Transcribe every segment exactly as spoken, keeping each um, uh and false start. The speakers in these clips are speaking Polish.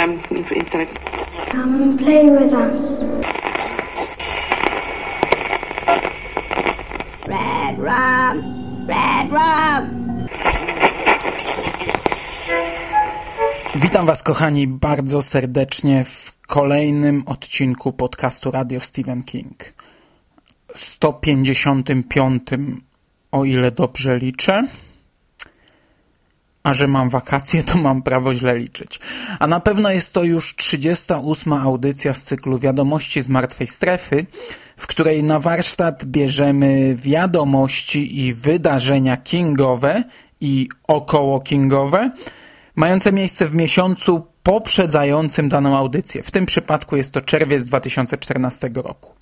um, instead of... Come and play with us. Red rum, red rum. Witam Was, kochani, bardzo serdecznie w kolejnym odcinku podcastu Radio Stephen King. sto pięćdziesiątym piątym, o ile dobrze liczę. A że mam wakacje, to mam prawo źle liczyć. A na pewno jest to już trzydziesta ósma audycja z cyklu Wiadomości z Martwej Strefy, w której na warsztat bierzemy wiadomości i wydarzenia kingowe i około kingowe, mające miejsce w miesiącu poprzedzającym daną audycję. W tym przypadku jest to czerwiec dwa tysiące czternastego roku.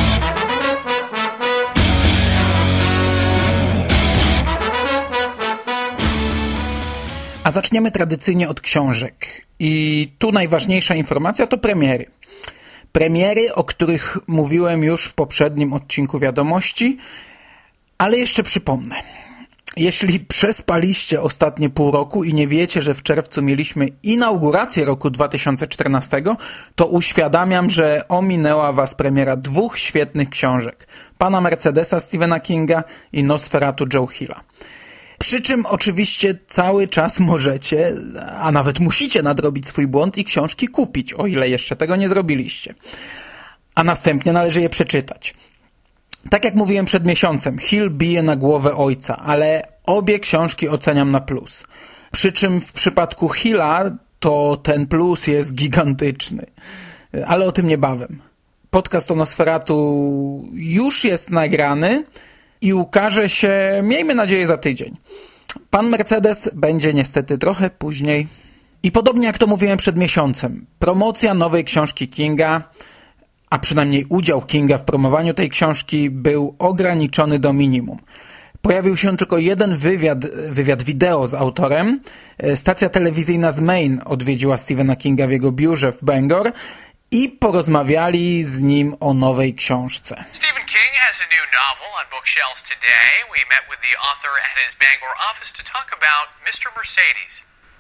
A zaczniemy tradycyjnie od książek. I tu najważniejsza informacja to premiery. Premiery, o których mówiłem już w poprzednim odcinku Wiadomości, ale jeszcze przypomnę. Jeśli przespaliście ostatnie pół roku i nie wiecie, że w czerwcu mieliśmy inaugurację roku dwa tysiące czternastego, to uświadamiam, że ominęła Was premiera dwóch świetnych książek. Pana Mercedesa Stephena Kinga i Nosferatu Joe Hilla. Przy czym oczywiście cały czas możecie, a nawet musicie nadrobić swój błąd i książki kupić, o ile jeszcze tego nie zrobiliście. A następnie należy je przeczytać. Tak jak mówiłem przed miesiącem, Hill bije na głowę ojca, ale obie książki oceniam na plus. Przy czym w przypadku Hilla to ten plus jest gigantyczny. Ale o tym niebawem. Podcast o Nosferatu już jest nagrany i ukaże się, miejmy nadzieję, za tydzień. Pan Mercedes będzie niestety trochę później. I podobnie jak to mówiłem przed miesiącem, promocja nowej książki Kinga, a przynajmniej udział Kinga w promowaniu tej książki był ograniczony do minimum. Pojawił się tylko jeden wywiad, wywiad wideo z autorem. Stacja telewizyjna z Maine odwiedziła Stephena Kinga w jego biurze w Bangor i porozmawiali z nim o nowej książce. Stephen King has a new novel on bookshelves today. We met with the author at his Bangor office to talk about Mister Mercedes.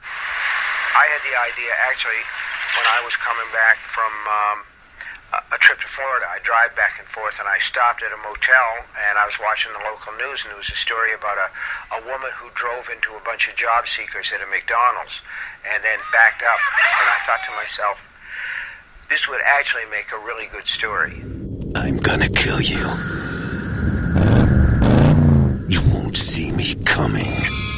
I had the idea actually when I was coming back from um, a trip to Florida. I drive back and forth and I stopped at a motel and I was watching the local news and there was a story about a, a woman who drove into a bunch of job seekers at a McDonald's and then backed up. And I thought to myself, this would actually make a really good story. I'm gonna kill you. You won't see me coming.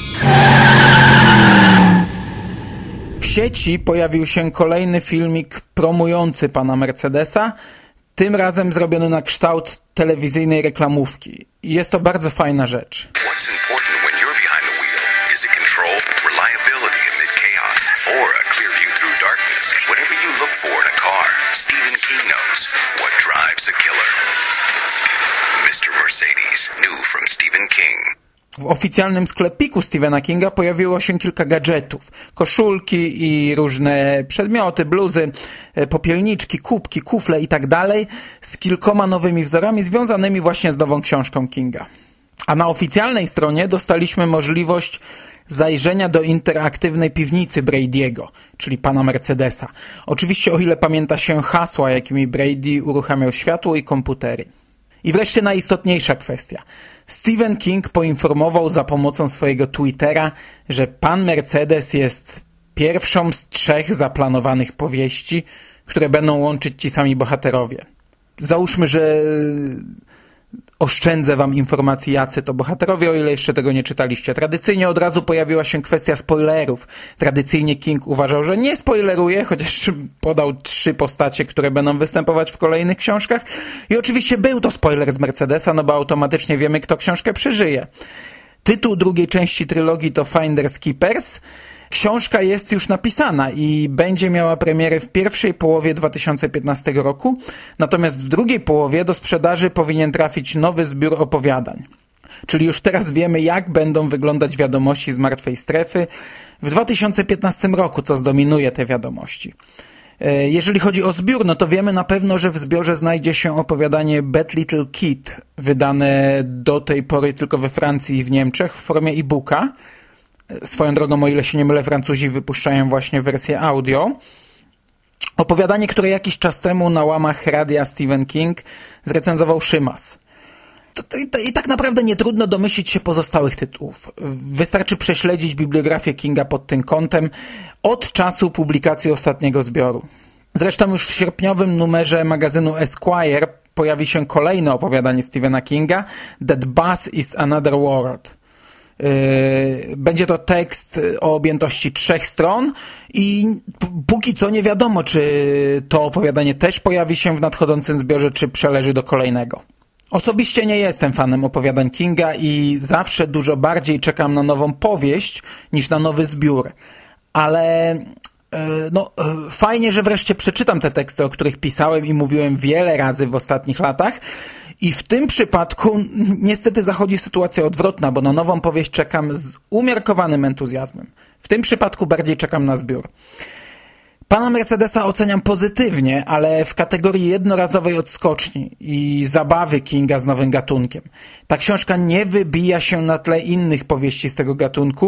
W sieci pojawił się kolejny filmik promujący pana Mercedesa, tym razem zrobiony na kształt telewizyjnej reklamówki. I jest to bardzo fajna rzecz. What's important when you're behind the wheel? Is it control, reliability amid chaos, or a clear view through darkness? Whatever you look for in a car, Stephen King knows what drives a killer. Mister Mercedes, new from Stephen King. W oficjalnym sklepiku Stephena Kinga pojawiło się kilka gadżetów. Koszulki i różne przedmioty, bluzy, popielniczki, kubki, kufle i tak dalej z kilkoma nowymi wzorami związanymi właśnie z nową książką Kinga. A na oficjalnej stronie dostaliśmy możliwość zajrzenia do interaktywnej piwnicy Brady'ego, czyli pana Mercedesa. Oczywiście o ile pamięta się hasła, jakimi Brady uruchamiał światło i komputery. I wreszcie najistotniejsza kwestia. Stephen King poinformował za pomocą swojego Twittera, że pan Mercedes jest pierwszą z trzech zaplanowanych powieści, które będą łączyć ci sami bohaterowie. Załóżmy, że oszczędzę wam informacji, jacy to bohaterowie, o ile jeszcze tego nie czytaliście. Tradycyjnie od razu pojawiła się kwestia spoilerów. Tradycyjnie King uważał, że nie spoileruje, chociaż podał trzy postacie, które będą występować w kolejnych książkach. I oczywiście był to spoiler z Mercedesa, no bo automatycznie wiemy, kto książkę przeżyje. Tytuł drugiej części trylogii to Finders Keepers. Książka jest już napisana i będzie miała premierę w pierwszej połowie dwa tysiące piętnastego roku, natomiast w drugiej połowie do sprzedaży powinien trafić nowy zbiór opowiadań. Czyli już teraz wiemy, jak będą wyglądać wiadomości z Martwej Strefy w dwa tysiące piętnastym roku, co zdominuje te wiadomości. Jeżeli chodzi o zbiór, no to wiemy na pewno, że w zbiorze znajdzie się opowiadanie Bad Little Kid, wydane do tej pory tylko we Francji i w Niemczech w formie e-booka. Swoją drogą, o ile się nie mylę, Francuzi wypuszczają właśnie wersję audio. Opowiadanie, które jakiś czas temu na łamach radia Stephen King zrecenzował Szymas. To, to, to, I tak naprawdę nie trudno domyślić się pozostałych tytułów. Wystarczy prześledzić bibliografię Kinga pod tym kątem od czasu publikacji ostatniego zbioru. Zresztą już w sierpniowym numerze magazynu Esquire pojawi się kolejne opowiadanie Stephena Kinga, That Buzz is Another World. Będzie to tekst o objętości trzech stron i póki co nie wiadomo, czy to opowiadanie też pojawi się w nadchodzącym zbiorze, czy przeleży do kolejnego. Osobiście nie jestem fanem opowiadań Kinga i zawsze dużo bardziej czekam na nową powieść niż na nowy zbiór. Ale no, fajnie, że wreszcie przeczytam te teksty, o których pisałem i mówiłem wiele razy w ostatnich latach. I w tym przypadku niestety zachodzi sytuacja odwrotna, bo na nową powieść czekam z umiarkowanym entuzjazmem. W tym przypadku bardziej czekam na zbiór. Pana Mercedesa oceniam pozytywnie, ale w kategorii jednorazowej odskoczni i zabawy Kinga z nowym gatunkiem. Ta książka nie wybija się na tle innych powieści z tego gatunku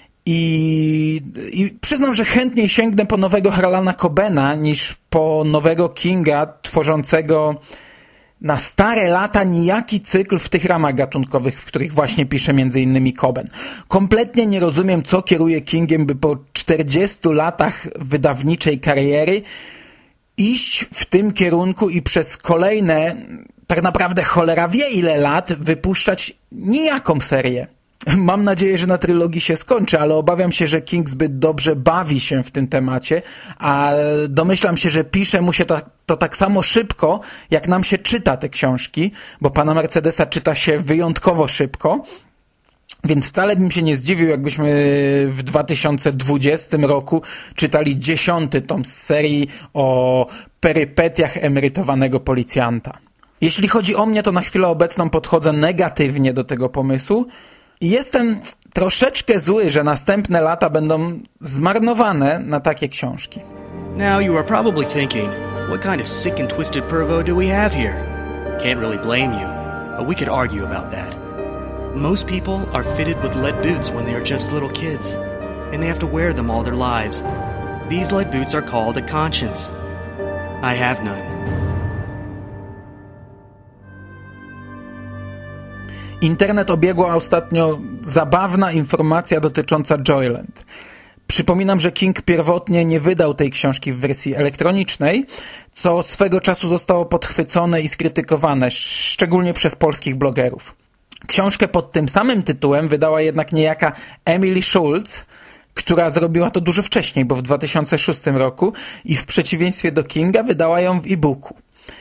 i, i przyznam, że chętniej sięgnę po nowego Harlana Cobena niż po nowego Kinga tworzącego na stare lata nijaki cykl w tych ramach gatunkowych, w których właśnie pisze między innymi Coben. Kompletnie nie rozumiem, co kieruje Kingiem, by po czterdziestu latach wydawniczej kariery iść w tym kierunku i przez kolejne, tak naprawdę cholera wie ile lat, wypuszczać nijaką serię. Mam nadzieję, że na trylogii się skończy, ale obawiam się, że King zbyt dobrze bawi się w tym temacie, a domyślam się, że pisze mu się to, to tak samo szybko, jak nam się czyta te książki, bo pana Mercedesa czyta się wyjątkowo szybko, więc wcale bym się nie zdziwił, jakbyśmy w dwa tysiące dwudziestym roku czytali dziesiąty tom z serii o perypetiach emerytowanego policjanta. Jeśli chodzi o mnie, to na chwilę obecną podchodzę negatywnie do tego pomysłu, i jestem troszeczkę zły, że następne lata będą zmarnowane na takie książki. Now you are probably thinking, what kind of sick and twisted pervo do we have here? Can't really blame you, but we could argue about that. Most people are fitted with lead boots when they are just little kids, and they have to wear them all their lives. These lead boots are called a conscience. I have none. Internet obiegła ostatnio zabawna informacja dotycząca Joyland. Przypominam, że King pierwotnie nie wydał tej książki w wersji elektronicznej, co swego czasu zostało podchwycone i skrytykowane, szczególnie przez polskich blogerów. Książkę pod tym samym tytułem wydała jednak niejaka Emily Schultz, która zrobiła to dużo wcześniej, bo w dwa tysiące szóstym roku i w przeciwieństwie do Kinga wydała ją w e-booku.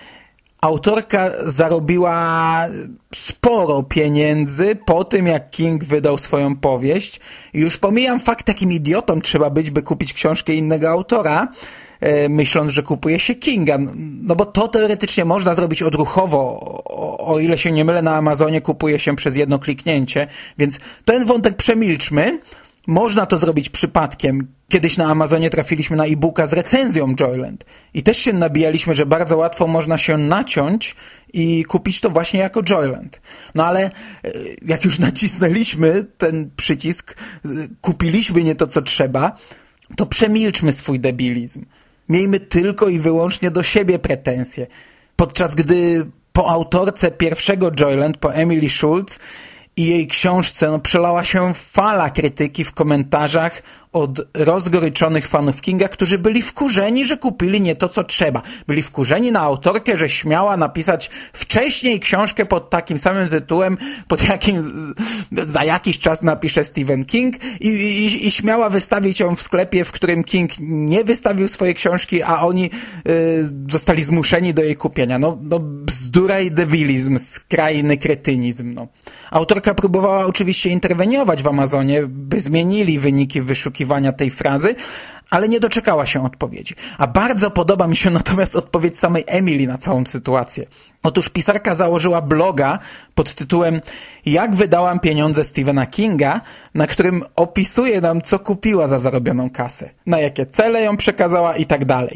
Autorka zarobiła sporo pieniędzy po tym, jak King wydał swoją powieść. Już pomijam fakt, jakim idiotą trzeba być, by kupić książkę innego autora, e, myśląc, że kupuje się Kinga. No bo to teoretycznie można zrobić odruchowo, o, o ile się nie mylę, na Amazonie kupuje się przez jedno kliknięcie, więc ten wątek przemilczmy. Można to zrobić przypadkiem. Kiedyś na Amazonie trafiliśmy na e-booka z recenzją Joyland i też się nabijaliśmy, że bardzo łatwo można się naciąć i kupić to właśnie jako Joyland. No ale jak już nacisnęliśmy ten przycisk, kupiliśmy nie to, co trzeba, to przemilczmy swój debilizm. Miejmy tylko i wyłącznie do siebie pretensje. Podczas gdy po autorce pierwszego Joyland, po Emily Schultz i jej książce no, przelała się fala krytyki w komentarzach od rozgoryczonych fanów Kinga, którzy byli wkurzeni, że kupili nie to, co trzeba. Byli wkurzeni na autorkę, że śmiała napisać wcześniej książkę pod takim samym tytułem, pod jakim za jakiś czas napisze Stephen King i, i, i śmiała wystawić ją w sklepie, w którym King nie wystawił swojej książki, a oni y, zostali zmuszeni do jej kupienia. No, no bzdura i debilizm, skrajny kretynizm. No. Autorka próbowała oczywiście interweniować w Amazonie, by zmienili wyniki wyszukiwania tej frazy, ale nie doczekała się odpowiedzi. A bardzo podoba mi się natomiast odpowiedź samej Emily na całą sytuację. Otóż pisarka założyła bloga pod tytułem Jak wydałam pieniądze Stephena Kinga, na którym opisuje nam, co kupiła za zarobioną kasę, na jakie cele ją przekazała i tak dalej.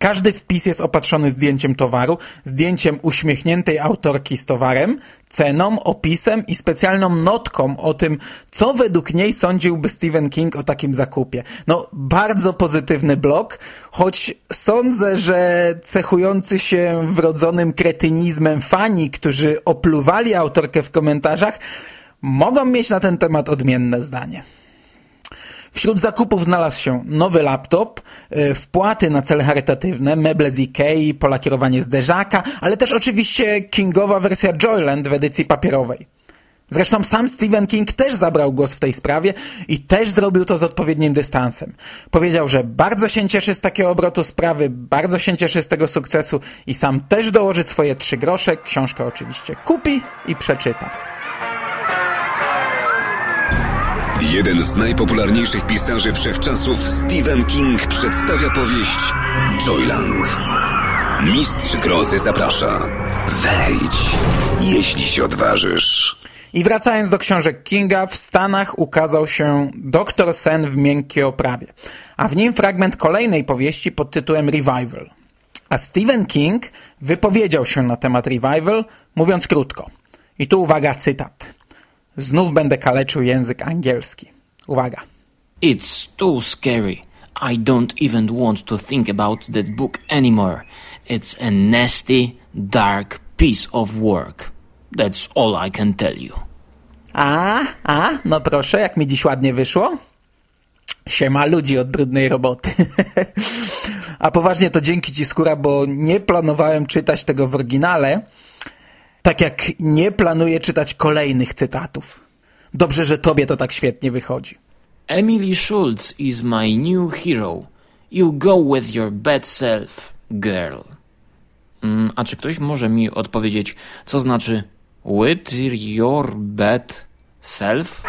Każdy wpis jest opatrzony zdjęciem towaru, zdjęciem uśmiechniętej autorki z towarem, ceną, opisem i specjalną notką o tym, co według niej sądziłby Stephen King o takim zakupie. No, bardzo pozytywny blog, choć sądzę, że cechujący się wrodzonym kretynizmem fani, którzy opluwali autorkę w komentarzach, mogą mieć na ten temat odmienne zdanie. Wśród zakupów znalazł się nowy laptop, wpłaty na cele charytatywne, meble z Ikei, polakierowanie zderzaka, ale też oczywiście Kingowa wersja Joyland w edycji papierowej. Zresztą sam Stephen King też zabrał głos w tej sprawie i też zrobił to z odpowiednim dystansem. Powiedział, że bardzo się cieszy z takiego obrotu sprawy, bardzo się cieszy z tego sukcesu i sam też dołoży swoje trzy grosze, książkę oczywiście kupi i przeczyta. Jeden z najpopularniejszych pisarzy wszechczasów, Stephen King, przedstawia powieść Joyland. Mistrz grozy zaprasza. Wejdź, jeśli się odważysz. I wracając do książek Kinga, w Stanach ukazał się Doktor Sen w miękkiej oprawie, a w nim fragment kolejnej powieści pod tytułem Revival. A Stephen King wypowiedział się na temat Revival, mówiąc krótko. I tu uwaga, cytat. Znów będę kaleczył język angielski. Uwaga. It's too scary. I don't even want to think about that book anymore. It's a nasty, dark piece of work. That's all I can tell you. A, a, no proszę, jak mi dziś ładnie wyszło. Siema ludzi od brudnej roboty. A poważnie to dzięki ci, Skóra, bo nie planowałem czytać tego w oryginale, tak jak nie planuję czytać kolejnych cytatów. Dobrze, że tobie to tak świetnie wychodzi. Emily Schultz is my new hero. You go with your bad self, girl. Mm, a czy ktoś może mi odpowiedzieć, co znaczy with your bad self?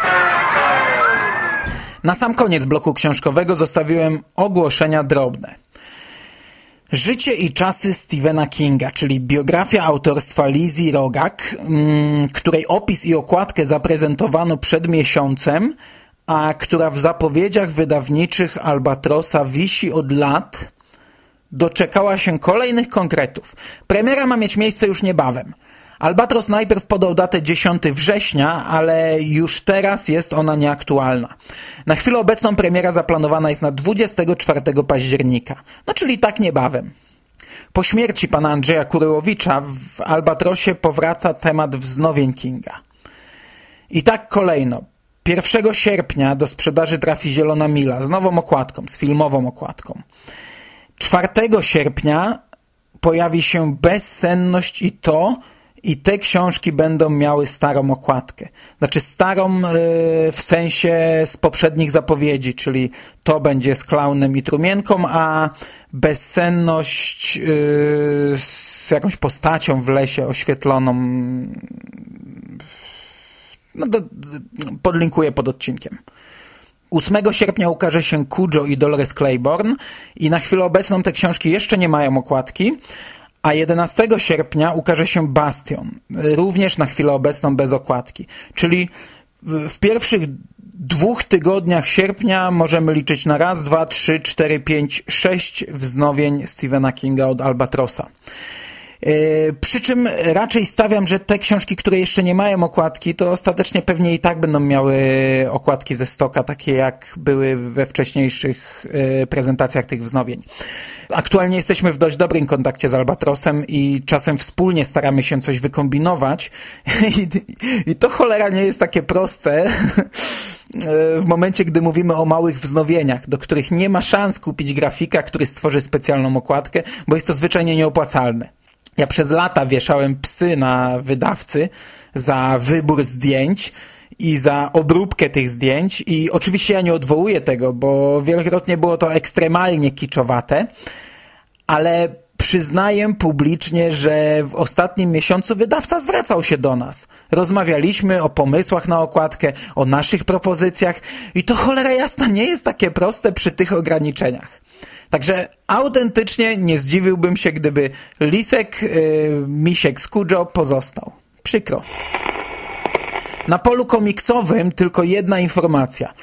Na sam koniec bloku książkowego zostawiłem ogłoszenia drobne. Życie i czasy Stephena Kinga, czyli biografia autorstwa Lizzie Rogak, mm, której opis i okładkę zaprezentowano przed miesiącem, a która w zapowiedziach wydawniczych Albatrosa wisi od lat, doczekała się kolejnych konkretów. Premiera ma mieć miejsce już niebawem. Albatros najpierw podał datę dziesiątego września, ale już teraz jest ona nieaktualna. Na chwilę obecną premiera zaplanowana jest na dwudziestego czwartego października, no czyli tak niebawem. Po śmierci pana Andrzeja Kuryłowicza w Albatrosie powraca temat wznowień Kinga. I tak kolejno. pierwszego sierpnia do sprzedaży trafi Zielona Mila z nową okładką, z filmową okładką. czwartego sierpnia pojawi się Bezsenność i to, i te książki będą miały starą okładkę. Znaczy starą yy, w sensie z poprzednich zapowiedzi, czyli to będzie z klaunem i trumienką, a Bezsenność yy, z jakąś postacią w lesie oświetloną. No to podlinkuję pod odcinkiem. ósmego sierpnia ukaże się Cujo i Dolores Claiborne i na chwilę obecną te książki jeszcze nie mają okładki, a jedenastego sierpnia ukaże się Bastion, również na chwilę obecną bez okładki. Czyli w pierwszych dwóch tygodniach sierpnia możemy liczyć na raz, dwa, trzy, cztery, pięć, sześć wznowień Stephena Kinga od Albatrosa. Yy, przy czym raczej stawiam, że te książki, które jeszcze nie mają okładki, to ostatecznie pewnie i tak będą miały okładki ze stoka, takie jak były we wcześniejszych yy, prezentacjach tych wznowień. Aktualnie jesteśmy w dość dobrym kontakcie z Albatrosem i czasem wspólnie staramy się coś wykombinować i, i to cholera nie jest takie proste w momencie, gdy mówimy o małych wznowieniach, do których nie ma szans kupić grafika, który stworzy specjalną okładkę, bo jest to zwyczajnie nieopłacalne. Ja przez lata wieszałem psy na wydawcy za wybór zdjęć i za obróbkę tych zdjęć i oczywiście ja nie odwołuję tego, bo wielokrotnie było to ekstremalnie kiczowate, ale przyznaję publicznie, że w ostatnim miesiącu wydawca zwracał się do nas. Rozmawialiśmy o pomysłach na okładkę, o naszych propozycjach i to cholera jasna nie jest takie proste przy tych ograniczeniach. Także autentycznie nie zdziwiłbym się, gdyby Lisek, yy, Misiek z Cujo pozostał. Przykro. Na polu komiksowym tylko jedna informacja.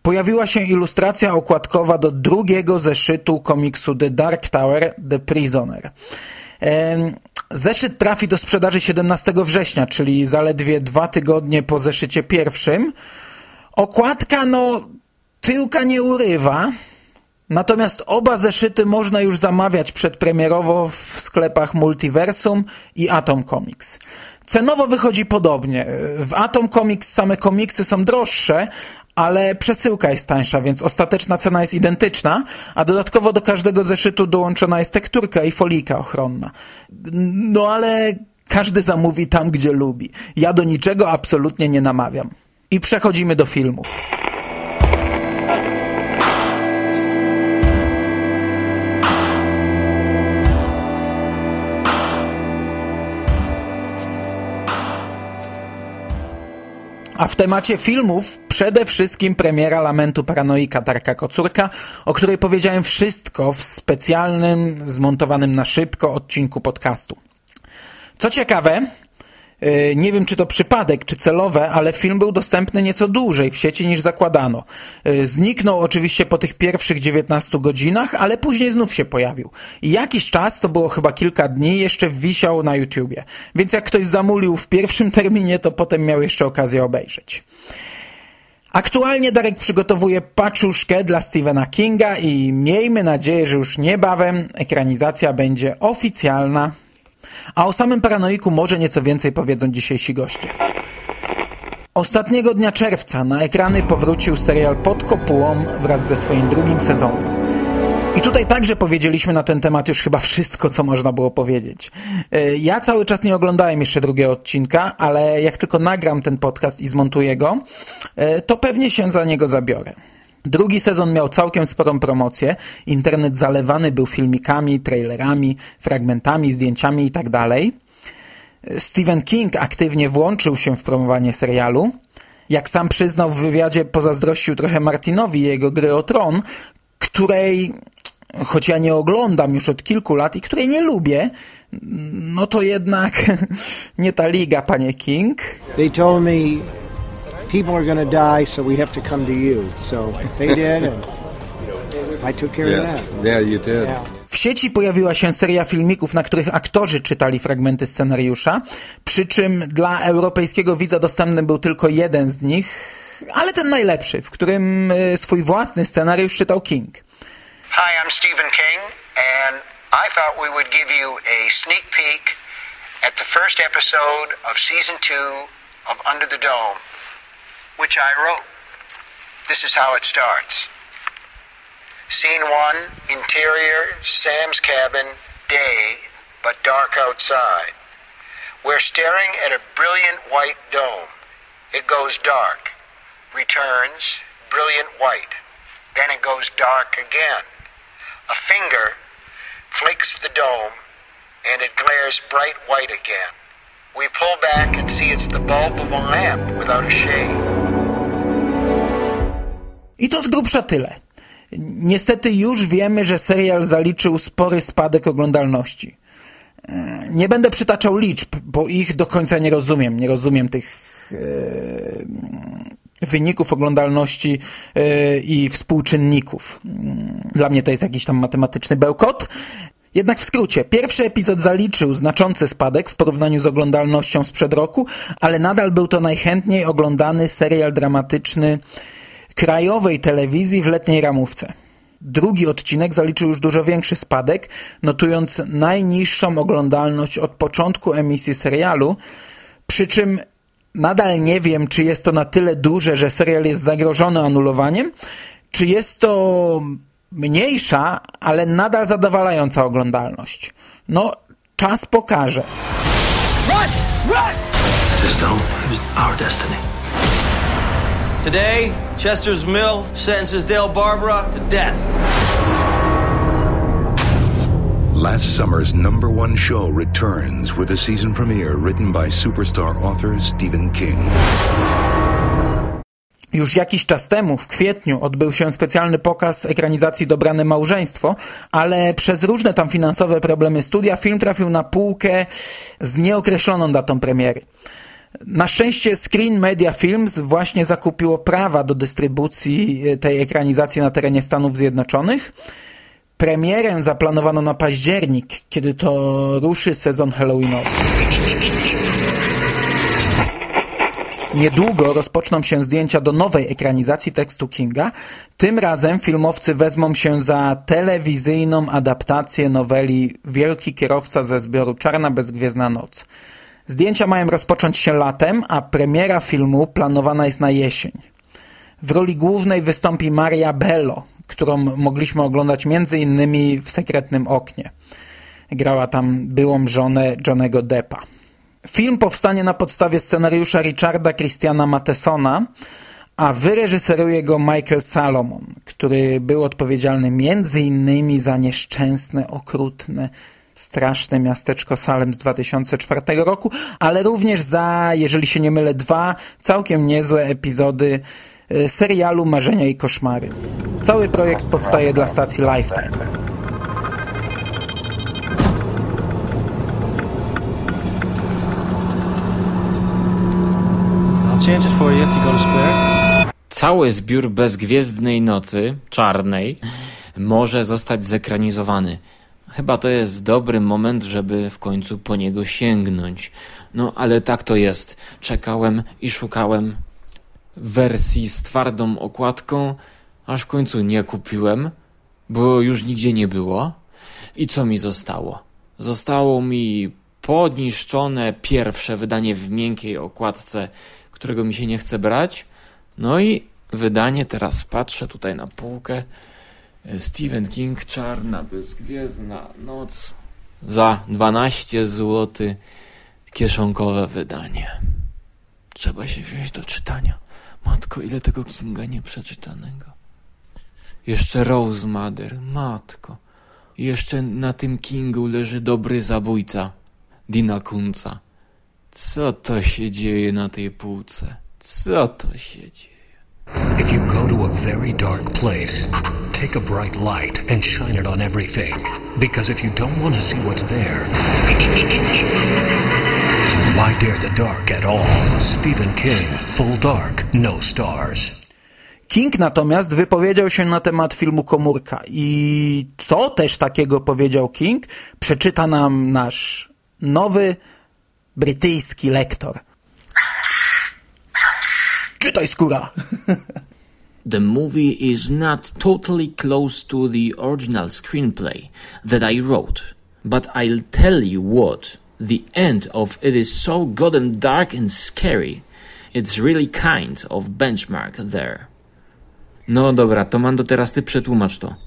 pojawiła się ilustracja okładkowa do drugiego zeszytu komiksu The Dark Tower, The Prisoner. Zeszyt trafi do sprzedaży siedemnastego września, czyli zaledwie dwa tygodnie po zeszycie pierwszym. Okładka, no, tyłka nie urywa, natomiast oba zeszyty można już zamawiać przedpremierowo w sklepach Multiversum i Atom Comics. Cenowo wychodzi podobnie. W Atom Comics same komiksy są droższe, ale przesyłka jest tańsza, więc ostateczna cena jest identyczna, a dodatkowo do każdego zeszytu dołączona jest tekturka i folijka ochronna. No ale każdy zamówi tam, gdzie lubi. Ja do niczego absolutnie nie namawiam. I przechodzimy do filmów. A w temacie filmów przede wszystkim premiera Lamentu Paranoika Darka Kocurka, o której powiedziałem wszystko w specjalnym, zmontowanym na szybko odcinku podcastu. Co ciekawe, nie wiem czy to przypadek, czy celowe, ale film był dostępny nieco dłużej w sieci niż zakładano. Zniknął oczywiście po tych pierwszych dziewiętnastu godzinach, ale później znów się pojawił. I jakiś czas, to było chyba kilka dni, jeszcze wisiał na YouTubie. Więc jak ktoś zamulił w pierwszym terminie, to potem miał jeszcze okazję obejrzeć. Aktualnie Darek przygotowuje paczuszkę dla Stephena Kinga i miejmy nadzieję, że już niebawem ekranizacja będzie oficjalna. A o samym Paranoiku może nieco więcej powiedzą dzisiejsi goście. Ostatniego dnia czerwca na ekrany powrócił serial Pod kopułą wraz ze swoim drugim sezonem. I tutaj także powiedzieliśmy na ten temat już chyba wszystko, co można było powiedzieć. Ja cały czas nie oglądałem jeszcze drugiego odcinka, ale jak tylko nagram ten podcast i zmontuję go, to pewnie się za niego zabiorę. Drugi sezon miał całkiem sporą promocję. Internet zalewany był filmikami, trailerami, fragmentami, zdjęciami itd. Stephen King aktywnie włączył się w promowanie serialu. Jak sam przyznał w wywiadzie, pozazdrościł trochę Martinowi i jego gry o Tron, której, choć ja nie oglądam już od kilku lat i której nie lubię, no to jednak nie ta liga, panie King. They told me people are going to die, so we have to come to you. So they did, and I took care yes. of that. Yeah, you did. Yeah. W sieci pojawiła się seria filmików, na których aktorzy czytali fragmenty scenariusza, przy czym dla europejskiego widza dostępny był tylko jeden z nich, ale ten najlepszy, w którym swój własny scenariusz czytał King. Hi, I'm Stephen King, and I thought we would give you a sneak peek at the first episode of season two of Under the Dome, which I wrote. This is how it starts. Scene one, interior, Sam's cabin, day, but dark outside. We're staring at a brilliant white dome. It goes dark, returns, brilliant white. Then it goes dark again. A finger flicks the dome, and it glares bright white again. We pull back and see it's the bulb of a lamp without a shade. I to z grubsza tyle. Niestety już wiemy, że serial zaliczył spory spadek oglądalności. Nie będę przytaczał liczb, bo ich do końca nie rozumiem. Nie rozumiem tych e, wyników oglądalności e, i współczynników. Dla mnie to jest jakiś tam matematyczny bełkot. Jednak w skrócie, pierwszy epizod zaliczył znaczący spadek w porównaniu z oglądalnością sprzed roku, ale nadal był to najchętniej oglądany serial dramatyczny krajowej telewizji w letniej ramówce. Drugi odcinek zaliczył już dużo większy spadek, notując najniższą oglądalność od początku emisji serialu, przy czym nadal nie wiem, czy jest to na tyle duże, że serial jest zagrożony anulowaniem, czy jest to mniejsza, ale nadal zadowalająca oglądalność. No, czas pokaże. Run! Run! This dome is our destiny. Today, Chester's Mill sentences Dale Barbara to death. Last summer's number one show returns with a season premiere written by superstar author Stephen King. Już jakiś czas temu, w kwietniu, odbył się specjalny pokaz ekranizacji Dobrane małżeństwo, ale przez różne tam finansowe problemy studia film trafił na półkę z nieokreśloną datą premiery. Na szczęście Screen Media Films właśnie zakupiło prawa do dystrybucji tej ekranizacji na terenie Stanów Zjednoczonych. Premierę zaplanowano na październik, kiedy to ruszy sezon halloweenowy. Niedługo rozpoczną się zdjęcia do nowej ekranizacji tekstu Kinga. Tym razem filmowcy wezmą się za telewizyjną adaptację noweli Wielki kierowca ze zbioru Czarna bezgwiezdna noc. Zdjęcia mają rozpocząć się latem, a premiera filmu planowana jest na jesień. W roli głównej wystąpi Maria Bello, którą mogliśmy oglądać między innymi w Sekretnym oknie. Grała tam byłą żonę Johnny'ego Deppa. Film powstanie na podstawie scenariusza Richarda Christiana Mathesona, a wyreżyseruje go Michael Salomon, który był odpowiedzialny między innymi za nieszczęsne, okrutne, straszne miasteczko Salem z dwa tysiące czwartego roku, ale również za, jeżeli się nie mylę, dwa całkiem niezłe epizody serialu Marzenia i koszmary. Cały projekt powstaje dla stacji Lifetime. Cały zbiór Bezgwiezdnej Nocy, czarnej, może zostać zekranizowany. Chyba to jest dobry moment, żeby w końcu po niego sięgnąć. No ale tak to jest. Czekałem i szukałem wersji z twardą okładką, aż w końcu nie kupiłem, bo już nigdzie nie było. I co mi zostało? Zostało mi podniszczone pierwsze wydanie w miękkiej okładce, którego mi się nie chce brać. No i wydanie, teraz patrzę tutaj na półkę, Stephen King, Czarna bezgwiezdna noc, za dwanaście złotych, kieszonkowe wydanie. Trzeba się wziąć do czytania. Matko, ile tego Kinga nieprzeczytanego. Jeszcze Rose Mother, matko. I jeszcze na tym Kingu leży Dobry zabójca, Dina Kuntza. Co to się dzieje na tej półce? Co to się dzieje? If you go to a very dark place, take a bright light and shine it on everything. Because if you don't want to see what's there, why dare the dark at all? Stephen King, Full Dark, No Stars. King natomiast wypowiedział się na temat filmu Komórka. I co też takiego powiedział King, przeczyta nam nasz nowy brytyjski lektor. Czytaj, skóra! The movie is not totally close to the original screenplay that I wrote, but I'll tell you what, the end of it is so goddamn dark and scary. It's really kind of benchmark there. No dobra, to Mando, teraz ty przetłumacz to.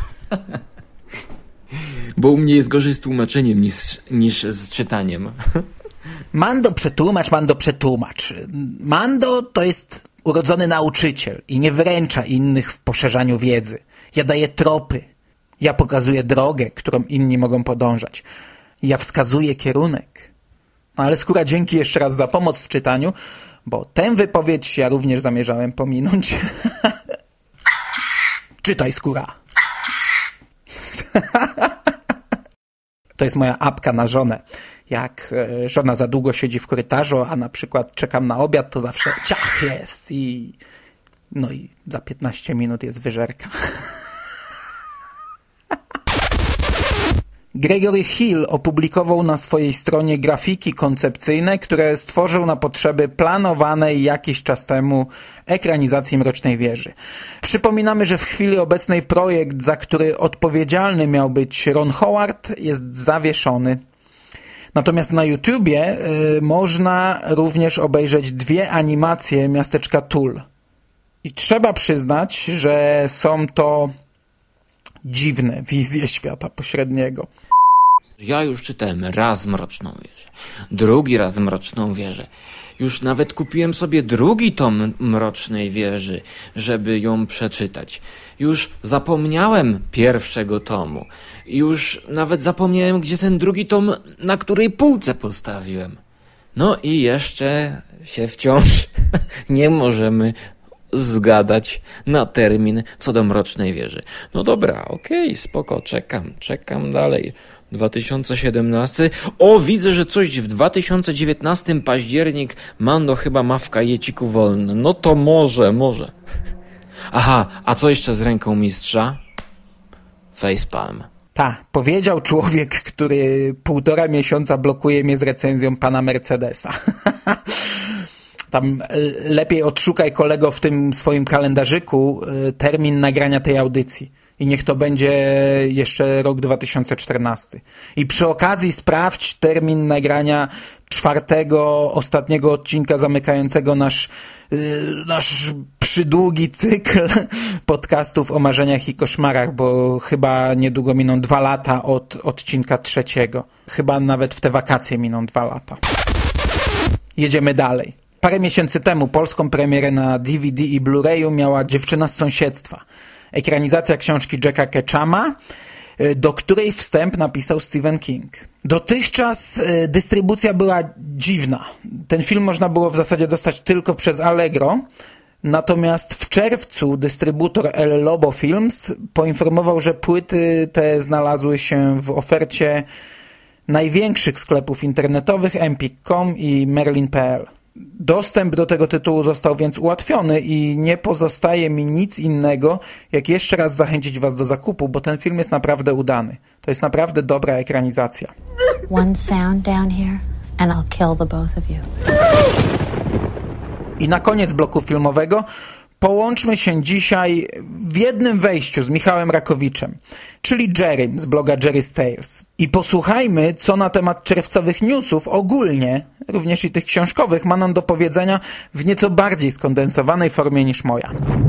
Bo u mnie jest gorzej z tłumaczeniem niż, niż z czytaniem. Mando przetłumacz, Mando przetłumacz. Mando to jest urodzony nauczyciel i nie wyręcza innych w poszerzaniu wiedzy. Ja daję tropy. Ja pokazuję drogę, którą inni mogą podążać. Ja wskazuję kierunek. No ale Skóra, dzięki jeszcze raz za pomoc w czytaniu, bo tę wypowiedź ja również zamierzałem pominąć. Czytaj, Skóra. To jest moja apka na żonę. Jak żona za długo siedzi w korytarzu, a na przykład czekam na obiad, to zawsze ciach jest i no i za piętnaście minut jest wyżerka. Gregory Hill opublikował na swojej stronie grafiki koncepcyjne, które stworzył na potrzeby planowanej jakiś czas temu ekranizacji Mrocznej Wieży. Przypominamy, że w chwili obecnej projekt, za który odpowiedzialny miał być Ron Howard, jest zawieszony. Natomiast na YouTubie y, można również obejrzeć dwie animacje Miasteczka Tul. I trzeba przyznać, że są to dziwne wizje świata pośredniego. Ja już czytałem raz Mroczną Wieżę, drugi raz Mroczną Wieżę. Już nawet kupiłem sobie drugi tom Mrocznej Wieży, żeby ją przeczytać. Już zapomniałem pierwszego tomu. Już nawet zapomniałem, gdzie ten drugi tom, na której półce postawiłem. No i jeszcze się wciąż nie możemy zgadać na termin co do Mrocznej Wieży. No dobra, okej, okay, spoko, czekam, czekam dalej. dwa tysiące siedemnasty. O, widzę, że coś w dwa tysiące dziewiętnastym październik Mando chyba ma w kajeciku wolne. No to może, może. Aha, a co jeszcze z ręką mistrza? Facepalm. Ta, powiedział człowiek, który półtora miesiąca blokuje mnie z recenzją pana Mercedesa. Tam lepiej odszukaj, kolego, w tym swoim kalendarzyku termin nagrania tej audycji. I niech to będzie jeszcze rok dwa tysiące czternasty. I przy okazji sprawdź termin nagrania czwartego, ostatniego odcinka zamykającego nasz, yy, nasz przydługi cykl podcastów o marzeniach i koszmarach, bo chyba niedługo miną dwa lata od odcinka trzeciego. Chyba nawet w te wakacje miną dwa lata. Jedziemy dalej. Parę miesięcy temu polską premierę na D V D i Blu-rayu miała Dziewczyna z sąsiedztwa. Ekranizacja książki Jacka Ketchama, do której wstęp napisał Stephen King. Dotychczas dystrybucja była dziwna. Ten film można było w zasadzie dostać tylko przez Allegro, natomiast w czerwcu dystrybutor El Lobo Films poinformował, że płyty te znalazły się w ofercie największych sklepów internetowych Empik kropka com i Merlin kropka p l. Dostęp do tego tytułu został więc ułatwiony i nie pozostaje mi nic innego, jak jeszcze raz zachęcić was do zakupu, bo ten film jest naprawdę udany. To jest naprawdę dobra ekranizacja. One sound down here and I'll kill the both of you. I na koniec bloku filmowego połączmy się dzisiaj w jednym wejściu z Michałem Rakowiczem, czyli Jerrym z bloga Jerry's Tales. I posłuchajmy, co na temat czerwcowych newsów ogólnie, również i tych książkowych, ma nam do powiedzenia w nieco bardziej skondensowanej formie niż moja.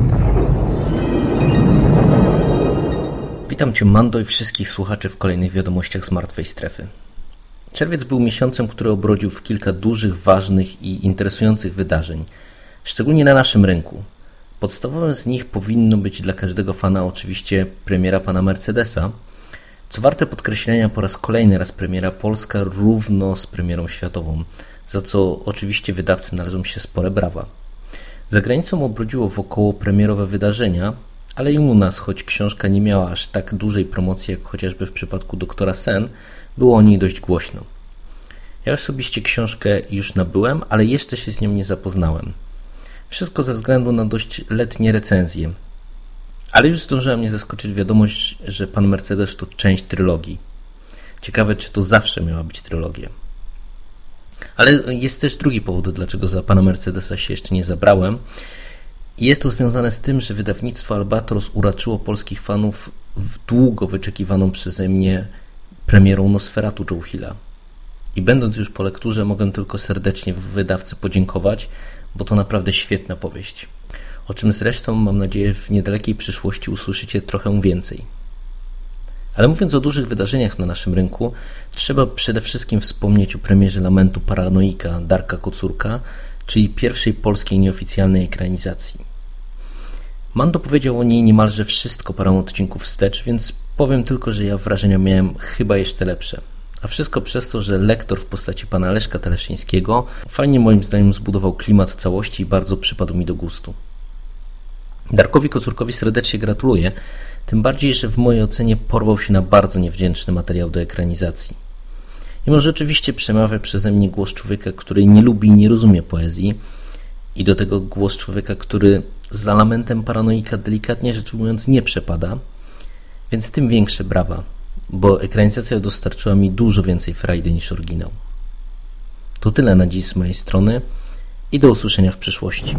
Witam Cię, Mando, i wszystkich słuchaczy w kolejnych wiadomościach z Martwej Strefy. Czerwiec był miesiącem, który obrodził w kilka dużych, ważnych i interesujących wydarzeń, szczególnie na naszym rynku. Podstawowym z nich powinno być dla każdego fana oczywiście premiera pana Mercedesa. Co warte podkreślenia, po raz kolejny raz premiera polska równo z premierą światową, za co oczywiście wydawcy należą się spore brawa. Za granicą obrodziło wokoło premierowe wydarzenia, ale i u nas, choć książka nie miała aż tak dużej promocji jak chociażby w przypadku doktora Sen, było o niej dość głośno. Ja osobiście książkę już nabyłem, ale jeszcze się z nią nie zapoznałem. Wszystko ze względu na dość letnie recenzje. Ale już zdążyła mnie zaskoczyć wiadomość, że pan Mercedes to część trylogii. Ciekawe, czy to zawsze miała być trylogia. Ale jest też drugi powód, dlaczego za pana Mercedesa się jeszcze nie zabrałem. I jest to związane z tym, że wydawnictwo Albatros uraczyło polskich fanów w długo wyczekiwaną przeze mnie premierą Nosferatu Joe Hilla. I będąc już po lekturze, mogę tylko serdecznie wydawcy podziękować, bo to naprawdę świetna powieść. O czym zresztą, mam nadzieję, w niedalekiej przyszłości usłyszycie trochę więcej. Ale mówiąc o dużych wydarzeniach na naszym rynku, trzeba przede wszystkim wspomnieć o premierze Lamentu Paranoika Darka Kocurka, czyli pierwszej polskiej nieoficjalnej ekranizacji. Mando powiedział o niej niemalże wszystko parę odcinków wstecz, więc powiem tylko, że ja wrażenia miałem chyba jeszcze lepsze. A wszystko przez to, że lektor w postaci pana Leszka Teleszyńskiego fajnie moim zdaniem zbudował klimat całości i bardzo przypadł mi do gustu. Darkowi Kocurkowi serdecznie gratuluję, tym bardziej, że w mojej ocenie porwał się na bardzo niewdzięczny materiał do ekranizacji. Mimo że oczywiście przemawia przeze mnie głos człowieka, który nie lubi i nie rozumie poezji, i do tego głos człowieka, który z Lamentem Paranoika delikatnie rzecz ujmując nie przepada, więc tym większe brawa, bo ekranizacja dostarczyła mi dużo więcej frajdy niż oryginał. To tyle na dziś z mojej strony i do usłyszenia w przyszłości.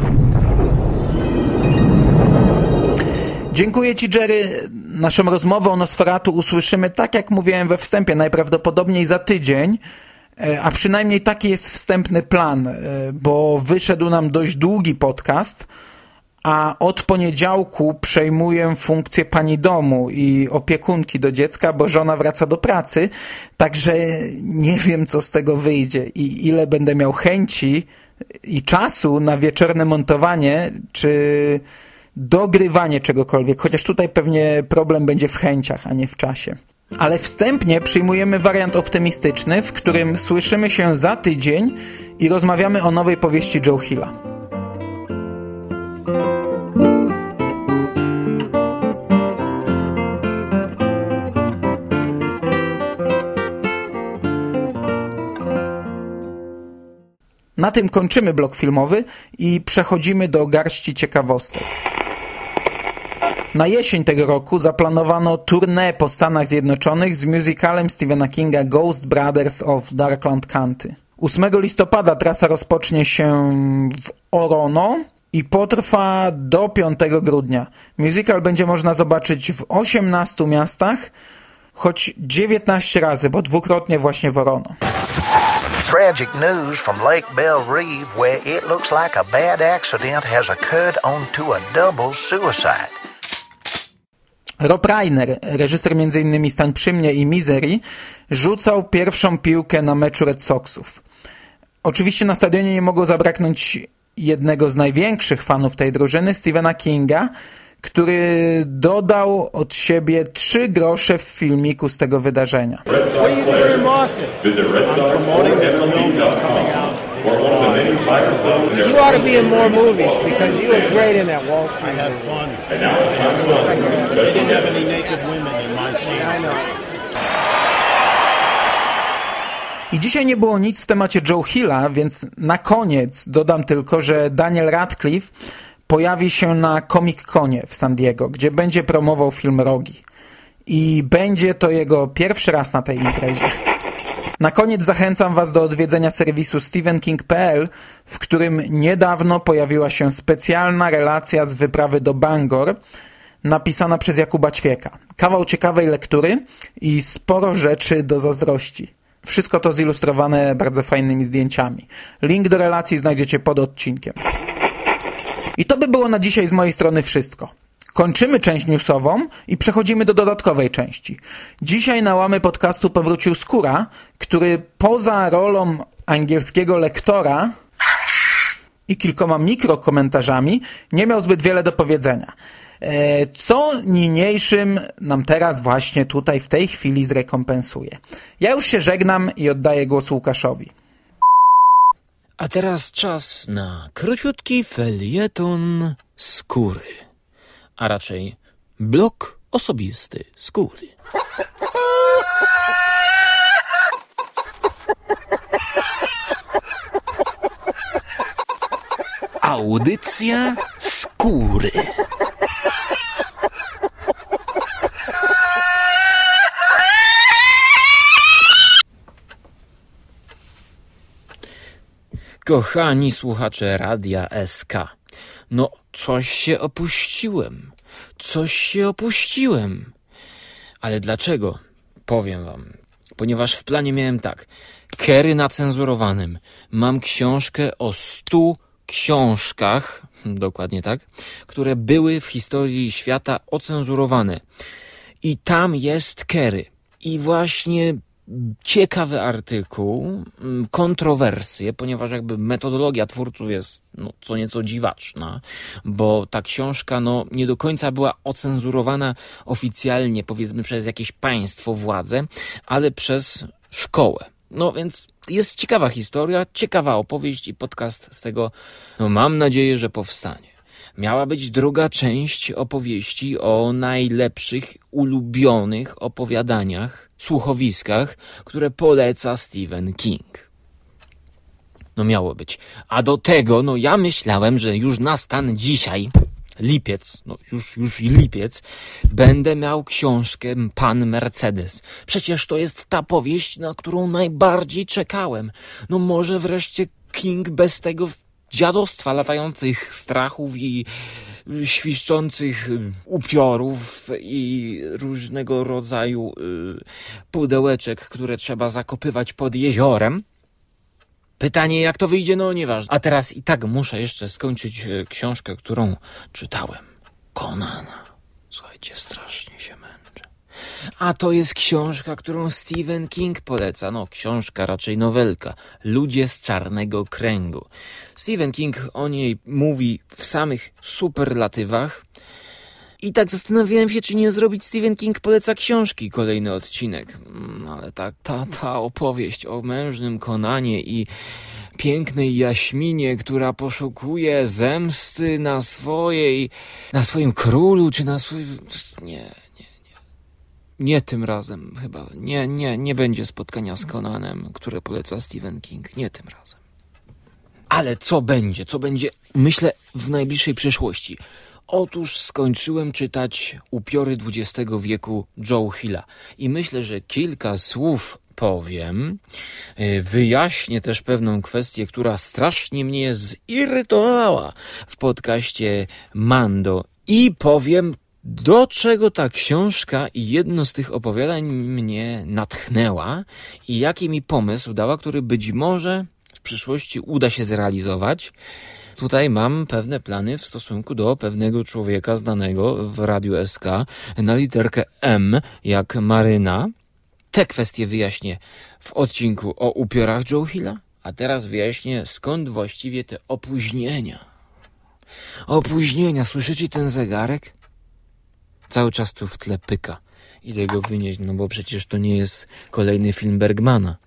Dziękuję Ci, Jerry. Naszą rozmowę o Nosferatu usłyszymy, tak jak mówiłem we wstępie, najprawdopodobniej za tydzień, a przynajmniej taki jest wstępny plan, bo wyszedł nam dość długi podcast, a od poniedziałku przejmuję funkcję pani domu i opiekunki do dziecka, bo żona wraca do pracy, także nie wiem, co z tego wyjdzie i ile będę miał chęci i czasu na wieczorne montowanie, czy dogrywanie czegokolwiek, chociaż tutaj pewnie problem będzie w chęciach, a nie w czasie. Ale wstępnie przyjmujemy wariant optymistyczny, w którym słyszymy się za tydzień i rozmawiamy o nowej powieści Joe Hilla. Na tym kończymy blok filmowy i przechodzimy do garści ciekawostek. Na jesień tego roku zaplanowano tournée po Stanach Zjednoczonych z musicalem Stephena Kinga Ghost Brothers of Darkland County. ósmego listopada trasa rozpocznie się w Orono i potrwa do piątego grudnia. Musical będzie można zobaczyć w osiemnastu miastach, choć dziewiętnaście razy, bo dwukrotnie właśnie w Orono. Tragic news from Lake Belle Reve, where it looks like a bad accident has occurred onto a double suicide. Rob Reiner, reżyser między innymi Stań przy mnie i Misery, rzucał pierwszą piłkę na meczu Red Soxów. Oczywiście na stadionie nie mogło zabraknąć jednego z największych fanów tej drużyny, Stephena Kinga, który dodał od siebie trzy grosze w filmiku z tego wydarzenia. You ought to be in more movies because you were great in that Wall Street. I had fun. And now they didn't have any naked women in my scene. I know. I dzisiaj nie było nic w temacie Joe Hilla, więc na koniec dodam tylko, że Daniel Radcliffe pojawi się na Comic-Conie w San Diego, gdzie będzie promował film Rogi. I będzie to jego pierwszy raz na tej imprezie. Na koniec zachęcam Was do odwiedzenia serwisu Stephen King kropka p l, w którym niedawno pojawiła się specjalna relacja z wyprawy do Bangor, napisana przez Jakuba Ćwieka. Kawał ciekawej lektury i sporo rzeczy do zazdrości. Wszystko to zilustrowane bardzo fajnymi zdjęciami. Link do relacji znajdziecie pod odcinkiem. I to by było na dzisiaj z mojej strony wszystko. Kończymy część newsową i przechodzimy do dodatkowej części. Dzisiaj na łamy podcastu powrócił Skóra, który poza rolą angielskiego lektora i kilkoma mikrokomentarzami nie miał zbyt wiele do powiedzenia. Co niniejszym nam teraz właśnie tutaj w tej chwili zrekompensuje. Ja już się żegnam i oddaję głos Łukaszowi. A teraz czas na króciutki felieton Skóry. A raczej blok osobisty Skóry. Audycja Skóry. Kochani słuchacze Radia S K, no coś się opuściłem, coś się opuściłem. Ale dlaczego? Powiem wam. Ponieważ w planie miałem tak, Kerry na cenzurowanym. Mam książkę o stu książkach, dokładnie tak, które były w historii świata ocenzurowane. I tam jest Kerry. I właśnie ciekawy artykuł, kontrowersje, ponieważ jakby metodologia twórców jest no, co nieco dziwaczna, bo ta książka no, nie do końca była ocenzurowana oficjalnie, powiedzmy przez jakieś państwo, władzę, ale przez szkołę. No więc jest ciekawa historia, ciekawa opowieść i podcast z tego, no mam nadzieję, że powstanie. Miała być druga część opowieści o najlepszych, ulubionych opowiadaniach, słuchowiskach, które poleca Stephen King. No miało być. A do tego, no ja myślałem, że już na stan dzisiaj, lipiec, no już, już lipiec, będę miał książkę Pan Mercedes. Przecież to jest ta powieść, na którą najbardziej czekałem. No może wreszcie King bez tego dziadostwa latających strachów i świszczących upiorów i różnego rodzaju y, pudełeczek, które trzeba zakopywać pod jeziorem. Pytanie, jak to wyjdzie, no nieważne. A teraz i tak muszę jeszcze skończyć y, książkę, którą czytałem. Conana. Słuchajcie, strasznie się męczę. A to jest książka, którą Stephen King poleca. No, książka, raczej nowelka. Ludzie z czarnego kręgu. Stephen King o niej mówi w samych superlatywach. I tak zastanawiałem się, czy nie zrobić Stephen King poleca książki, kolejny odcinek. Ale ta, ta, ta opowieść o mężnym Conanie i pięknej Jaśminie, która poszukuje zemsty na swojej, na swoim królu, czy na swoim... Nie, nie, nie. Nie tym razem chyba. Nie, nie, nie będzie spotkania z Conanem, które poleca Stephen King. Nie tym razem. Ale co będzie? Co będzie, myślę, w najbliższej przyszłości? Otóż skończyłem czytać Upiory dwudziestego wieku Joe Hilla i myślę, że kilka słów powiem, wyjaśnię też pewną kwestię, która strasznie mnie zirytowała w podcaście Mando i powiem, do czego ta książka i jedno z tych opowiadań mnie natchnęła i jaki mi pomysł dała, który być może w przyszłości uda się zrealizować. Tutaj mam pewne plany w stosunku do pewnego człowieka znanego w Radiu S K na literkę M, jak Maryna. Te kwestie wyjaśnię w odcinku o upiorach Joe Hilla, a teraz wyjaśnię, skąd właściwie te opóźnienia. Opóźnienia, słyszycie ten zegarek? Cały czas tu w tle pyka. Idę go wynieść, no bo przecież to nie jest kolejny film Bergmana.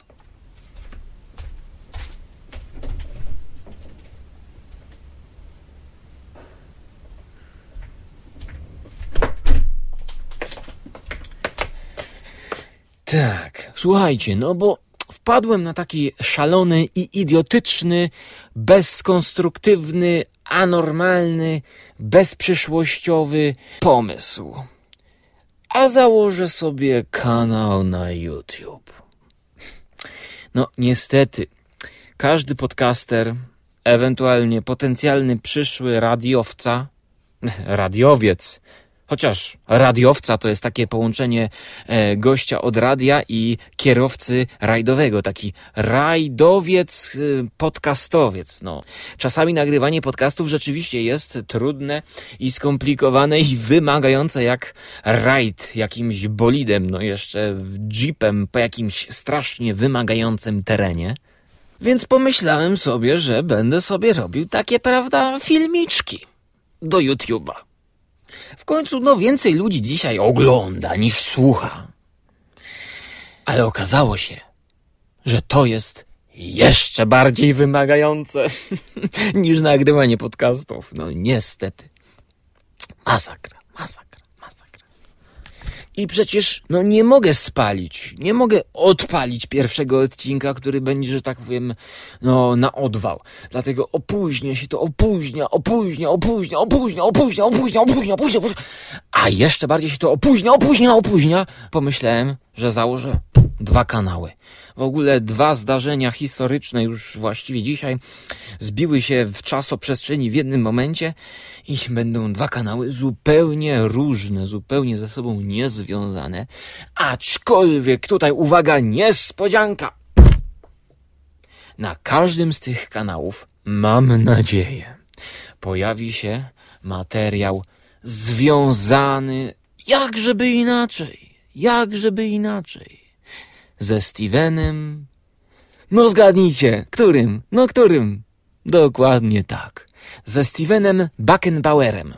Tak, słuchajcie, no bo wpadłem na taki szalony i idiotyczny, bezkonstruktywny, anormalny, bezprzyszłościowy pomysł. A założę sobie kanał na YouTube. No niestety, każdy podcaster, ewentualnie potencjalny przyszły radiowca, radiowiec, chociaż radiowca to jest takie połączenie e, gościa od radia i kierowcy rajdowego. Taki rajdowiec, e, podcastowiec. No. Czasami nagrywanie podcastów rzeczywiście jest trudne i skomplikowane i wymagające jak rajd jakimś bolidem, no jeszcze jeepem po jakimś strasznie wymagającym terenie. Więc pomyślałem sobie, że będę sobie robił takie, prawda, filmiczki do YouTube'a. W końcu, no więcej ludzi dzisiaj ogląda niż słucha. Ale okazało się, że to jest jeszcze bardziej wymagające niż nagrywanie podcastów. No niestety. Masakra, masakra, masakra. I przecież, no nie mogę spalić, nie mogę odpalić pierwszego odcinka, który będzie, że tak powiem, no na odwał. Dlatego opóźnia się to, opóźnia, opóźnia, opóźnia, opóźnia, opóźnia, opóźnia, opóźnia, opóźnia, opóźnia. A jeszcze bardziej się to opóźnia, opóźnia, opóźnia. Pomyślałem, że założę dwa kanały. W ogóle dwa zdarzenia historyczne już właściwie dzisiaj zbiły się w czasoprzestrzeni w jednym momencie i będą dwa kanały zupełnie różne, zupełnie ze sobą niezwiązane. Aczkolwiek tutaj, uwaga, niespodzianka! Na każdym z tych kanałów, mam nadzieję, pojawi się materiał związany, jakżeby inaczej, jakżeby inaczej, ze Stevenem. No zgadnijcie, którym? No którym? Dokładnie tak. Ze Stevenem Backenbauerem.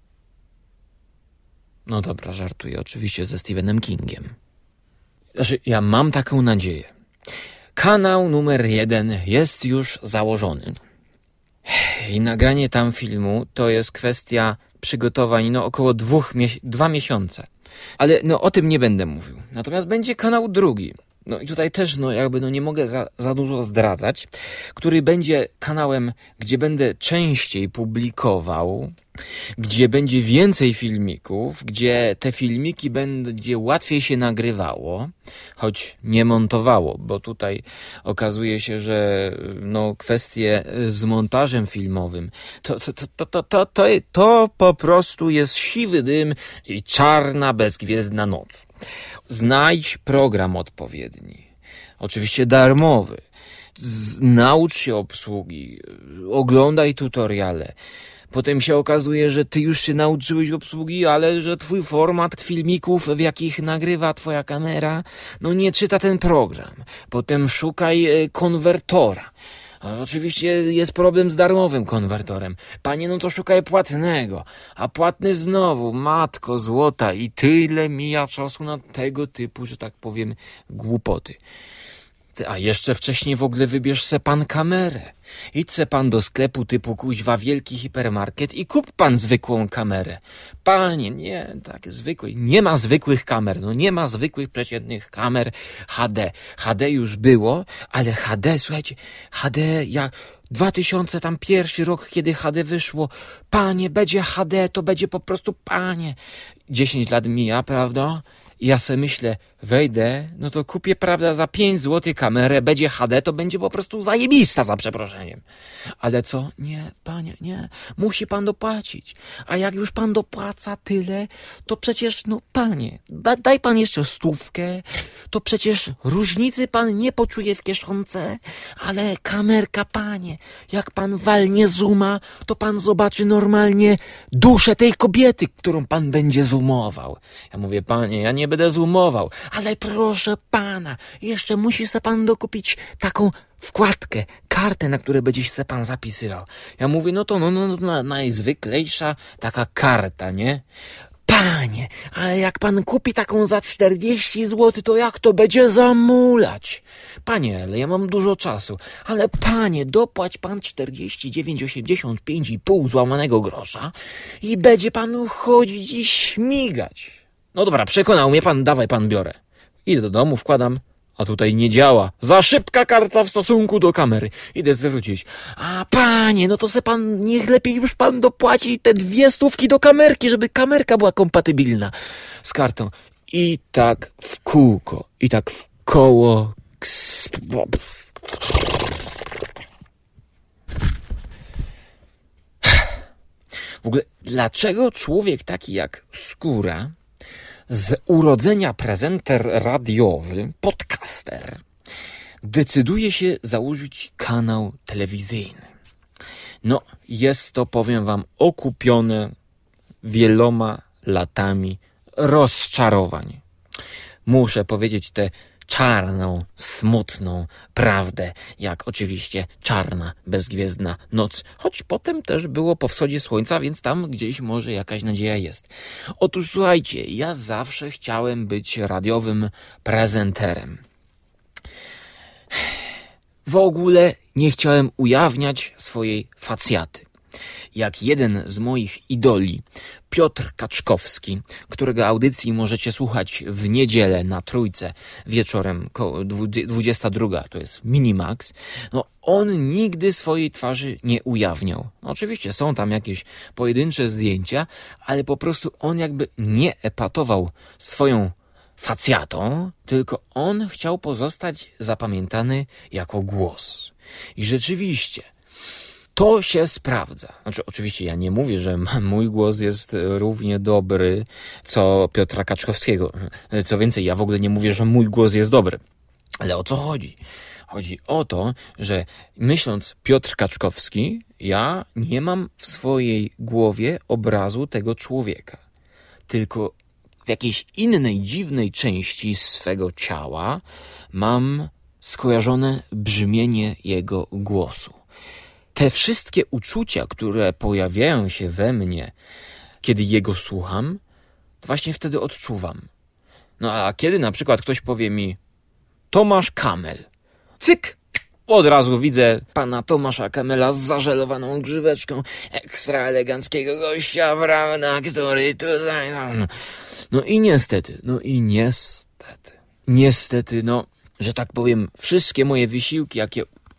No dobra, żartuję. Oczywiście ze Stephenem Kingiem. Znaczy, ja mam taką nadzieję. Kanał numer jeden jest już założony. I nagranie tam filmu to jest kwestia przygotowań, no około dwóch, mie- dwa miesiące. Ale no o tym nie będę mówił. Natomiast będzie kanał drugi. No i tutaj też, no jakby, no nie mogę za, za dużo zdradzać, który będzie kanałem, gdzie będę częściej publikował, gdzie będzie więcej filmików, gdzie te filmiki będzie łatwiej się nagrywało, choć nie montowało, bo tutaj okazuje się, że no kwestie z montażem filmowym, to, to, to, to, to, to, to po prostu jest siwy dym i czarna, bezgwiezdna noc. Znajdź program odpowiedni, oczywiście darmowy, Z, naucz się obsługi, oglądaj tutoriale. Potem się okazuje, że ty już się nauczyłeś obsługi, ale że twój format filmików, w jakich nagrywa twoja kamera, no nie czyta ten program. Potem szukaj konwertora. Oczywiście jest problem z darmowym konwertorem. Panie, no to szukaj płatnego. A płatny znowu, matko złota, i tyle mija czasu na tego typu, że tak powiem, głupoty. A jeszcze wcześniej w ogóle wybierz se pan kamerę. Idź se pan do sklepu typu kuźwa wielki hipermarket i kup pan zwykłą kamerę. Panie, nie, tak zwykłej. Nie ma zwykłych kamer, no nie ma zwykłych przeciętnych kamer H D. H D już było, ale H D, słuchajcie, H D, ja dwa tysiące tam pierwszy rok, kiedy H D wyszło. Panie, będzie H D, to będzie po prostu panie. dziesięć lat mija, prawda? I ja sobie myślę, wejdę, no to kupię, prawda, za pięć złotych kamerę, będzie H D, to będzie po prostu zajebista, za przeproszeniem. Ale co? Nie, panie, nie. Musi pan dopłacić. A jak już pan dopłaca tyle, to przecież, no panie, da, daj pan jeszcze stówkę, to przecież różnicy pan nie poczuje w kieszonce, ale kamerka, panie, jak pan walnie zooma, to pan zobaczy normalnie duszę tej kobiety, którą pan będzie zoomował. Ja mówię, panie, ja nie będę zoomował, ale proszę pana, jeszcze musi se pan dokupić taką wkładkę, kartę, na której będzie się pan zapisywał. Ja mówię, no to no, no, no najzwyklejsza taka karta, nie? Panie, ale jak pan kupi taką za czterdzieści złotych, to jak to będzie zamulać? Panie, ale ja mam dużo czasu. Ale panie, dopłać pan czterdzieści dziewięć osiemdziesiąt pięć i pół złamanego grosza i będzie panu chodzić i śmigać. No dobra, przekonał mnie pan, dawaj pan, biorę. Idę do domu, wkładam, a tutaj nie działa. Za szybka karta w stosunku do kamery. Idę zwrócić. A panie, no to se pan, niech lepiej już pan dopłaci te dwie stówki do kamerki, żeby kamerka była kompatybilna z kartą. I tak w kółko, i tak w koło. W ogóle, dlaczego człowiek taki jak Skóra, z urodzenia prezenter radiowy, podcaster, decyduje się założyć kanał telewizyjny? No, jest to, powiem wam, okupione wieloma latami rozczarowań. Muszę powiedzieć tę czarną, smutną prawdę, jak oczywiście czarna, bezgwiezdna noc, choć potem też było po wschodzie słońca, więc tam gdzieś może jakaś nadzieja jest. Otóż słuchajcie, ja zawsze chciałem być radiowym prezenterem. W ogóle nie chciałem ujawniać swojej facjaty. Jak jeden z moich idoli, Piotr Kaczkowski, którego audycji możecie słuchać w niedzielę na Trójce wieczorem koło dwudziesta druga, to jest Minimax, no on nigdy swojej twarzy nie ujawniał. No, oczywiście są tam jakieś pojedyncze zdjęcia, ale po prostu on jakby nie epatował swoją facjatą, tylko on chciał pozostać zapamiętany jako głos. I rzeczywiście to się sprawdza. Znaczy, oczywiście ja nie mówię, że mój głos jest równie dobry co Piotra Kaczkowskiego. Co więcej, ja w ogóle nie mówię, że mój głos jest dobry. Ale o co chodzi? Chodzi o to, że myśląc Piotr Kaczkowski, ja nie mam w swojej głowie obrazu tego człowieka. Tylko w jakiejś innej, dziwnej części swego ciała mam skojarzone brzmienie jego głosu. Te wszystkie uczucia, które pojawiają się we mnie, kiedy jego słucham, to właśnie wtedy odczuwam. No a kiedy na przykład ktoś powie mi Tomasz Kamel, cyk! Od razu widzę pana Tomasza Kamela z zażelowaną grzyweczką, ekstra eleganckiego gościa, prawda, który tutaj... No i niestety, no i niestety, niestety, no, że tak powiem, wszystkie moje wysiłki, jakie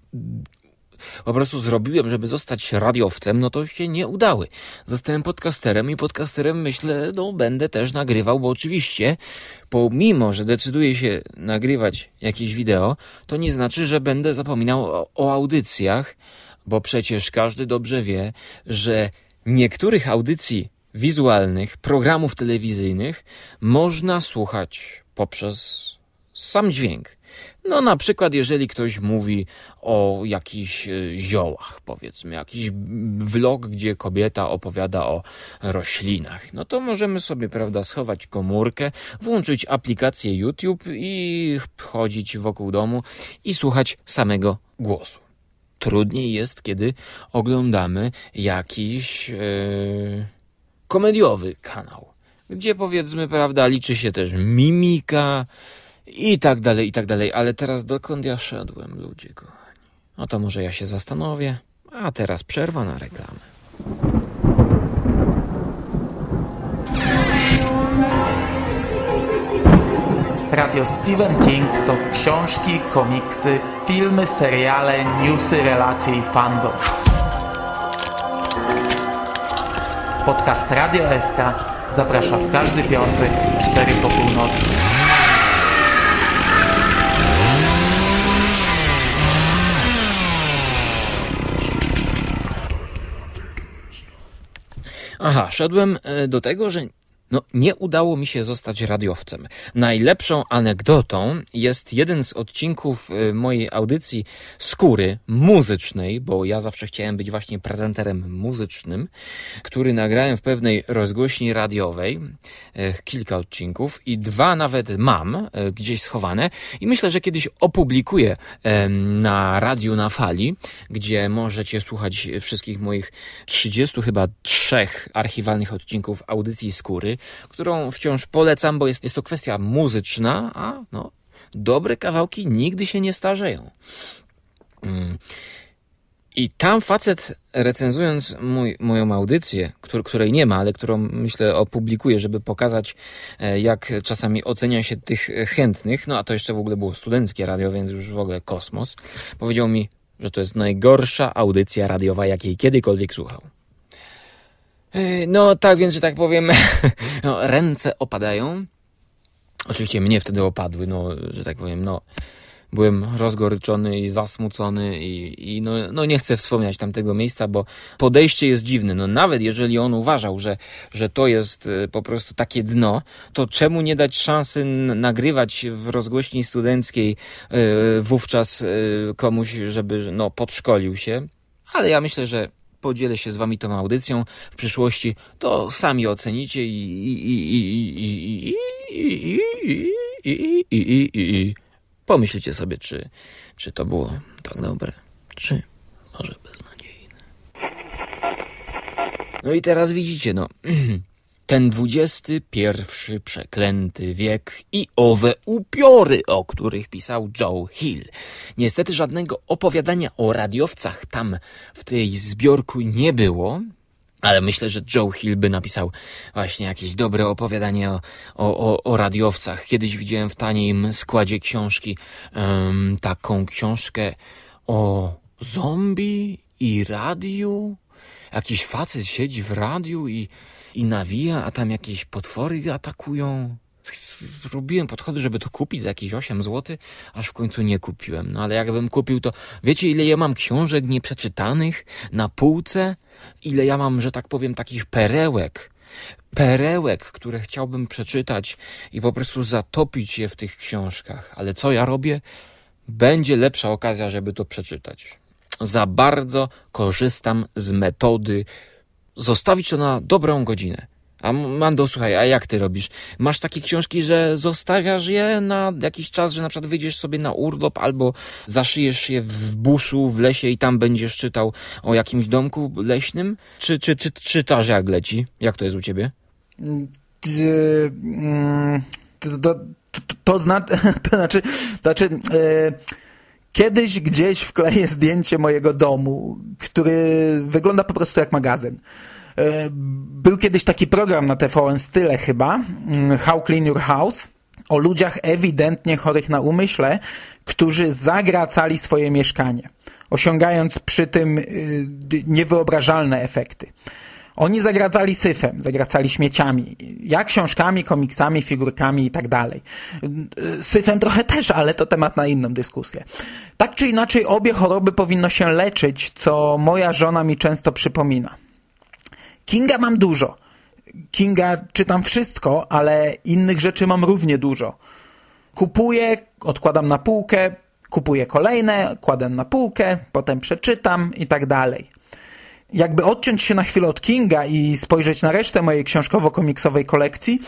po prostu zrobiłem, żeby zostać radiowcem, no to się nie udały. Zostałem podcasterem i podcasterem, myślę, no będę też nagrywał, bo oczywiście, pomimo, że decyduję się nagrywać jakieś wideo, to nie znaczy, że będę zapominał o, o audycjach, bo przecież każdy dobrze wie, że niektórych audycji wizualnych, programów telewizyjnych można słuchać poprzez sam dźwięk. No na przykład jeżeli ktoś mówi o jakichś ziołach, powiedzmy, jakiś vlog, gdzie kobieta opowiada o roślinach, no to możemy sobie, prawda, schować komórkę, włączyć aplikację YouTube i chodzić wokół domu i słuchać samego głosu. Trudniej jest, kiedy oglądamy jakiś yy, komediowy kanał, gdzie, powiedzmy, prawda, liczy się też mimika, i tak dalej, i tak dalej. Ale teraz dokąd ja szedłem, ludzie kochani? No to może ja się zastanowię. A teraz przerwa na reklamę. Radio Stephen King to książki, komiksy, filmy, seriale, newsy, relacje i fandom. Podcast Radio S K zaprasza w każdy piątek, cztery po północy. Aha, szedłem do tego, że no, nie udało mi się zostać radiowcem. Najlepszą anegdotą jest jeden z odcinków mojej audycji Skóry muzycznej, bo ja zawsze chciałem być właśnie prezenterem muzycznym, który nagrałem w pewnej rozgłośni radiowej, kilka odcinków i dwa nawet mam gdzieś schowane i myślę, że kiedyś opublikuję na Radiu na Fali, gdzie możecie słuchać wszystkich moich trzydziestu chyba trzech archiwalnych odcinków audycji Skóry, którą wciąż polecam, bo jest, jest to kwestia muzyczna, a no, dobre kawałki nigdy się nie starzeją. Mm. I tam facet, recenzując mój, moją audycję, któr, której nie ma, ale którą myślę opublikuję, żeby pokazać, jak czasami ocenia się tych chętnych, no a to jeszcze w ogóle było studenckie radio, więc już w ogóle kosmos, powiedział mi, że to jest najgorsza audycja radiowa, jakiej kiedykolwiek słuchał. No tak więc, że tak powiem, no, ręce opadają. Oczywiście mnie wtedy opadły, no, że tak powiem, no, byłem rozgoryczony i zasmucony i, i no, no nie chcę wspomniać tamtego miejsca, bo podejście jest dziwne. No nawet jeżeli on uważał, że, że to jest po prostu takie dno, to czemu nie dać szansy n- nagrywać w rozgłośni studenckiej yy, wówczas yy, komuś, żeby no, podszkolił się? Ale ja myślę, że podzielę się z wami tą audycją w przyszłości, to sami ocenicie i i pomyślcie sobie, czy, czy to było tak dobre, czy może beznadziejne. No i teraz widzicie, no, ten dwudziesty pierwszy przeklęty wiek i owe upiory, o których pisał Joe Hill. Niestety żadnego opowiadania o radiowcach tam w tej zbiorku nie było, ale myślę, że Joe Hill by napisał właśnie jakieś dobre opowiadanie o, o, o radiowcach. Kiedyś widziałem w tanim składzie książki um, taką książkę o zombie i radiu. Jakiś facet siedzi w radiu i i nawija, a tam jakieś potwory atakują. Robiłem podchody, żeby to kupić za jakieś osiem złotych, aż w końcu nie kupiłem. No ale jakbym kupił, to wiecie, ile ja mam książek nieprzeczytanych na półce? Ile ja mam, że tak powiem, takich perełek. Perełek, które chciałbym przeczytać i po prostu zatopić je w tych książkach. Ale co ja robię? Będzie lepsza okazja, żeby to przeczytać. Za bardzo korzystam z metody zostawić to na dobrą godzinę. A Mando, słuchaj, a jak ty robisz? Masz takie książki, że zostawiasz je na jakiś czas, że na przykład wyjdziesz sobie na urlop albo zaszyjesz je w buszu, w lesie i tam będziesz czytał o jakimś domku leśnym? Czy, czy, czy, czy czytasz jak leci? Jak to jest u ciebie? To, to, to, to, zna, to znaczy... To znaczy yy... Kiedyś gdzieś wkleję zdjęcie mojego domu, który wygląda po prostu jak magazyn. Był kiedyś taki program na T V N Style chyba, How Clean Your House, o ludziach ewidentnie chorych na umyśle, którzy zagracali swoje mieszkanie, osiągając przy tym niewyobrażalne efekty. Oni zagradzali syfem, zagradzali śmieciami, ja książkami, komiksami, figurkami i tak dalej. Syfem trochę też, ale to temat na inną dyskusję. Tak czy inaczej obie choroby powinno się leczyć, co moja żona mi często przypomina. Kinga mam dużo. Kinga czytam wszystko, ale innych rzeczy mam równie dużo. Kupuję, odkładam na półkę, kupuję kolejne, kładę na półkę, potem przeczytam i tak dalej. Jakby odciąć się na chwilę od Kinga i spojrzeć na resztę mojej książkowo-komiksowej kolekcji,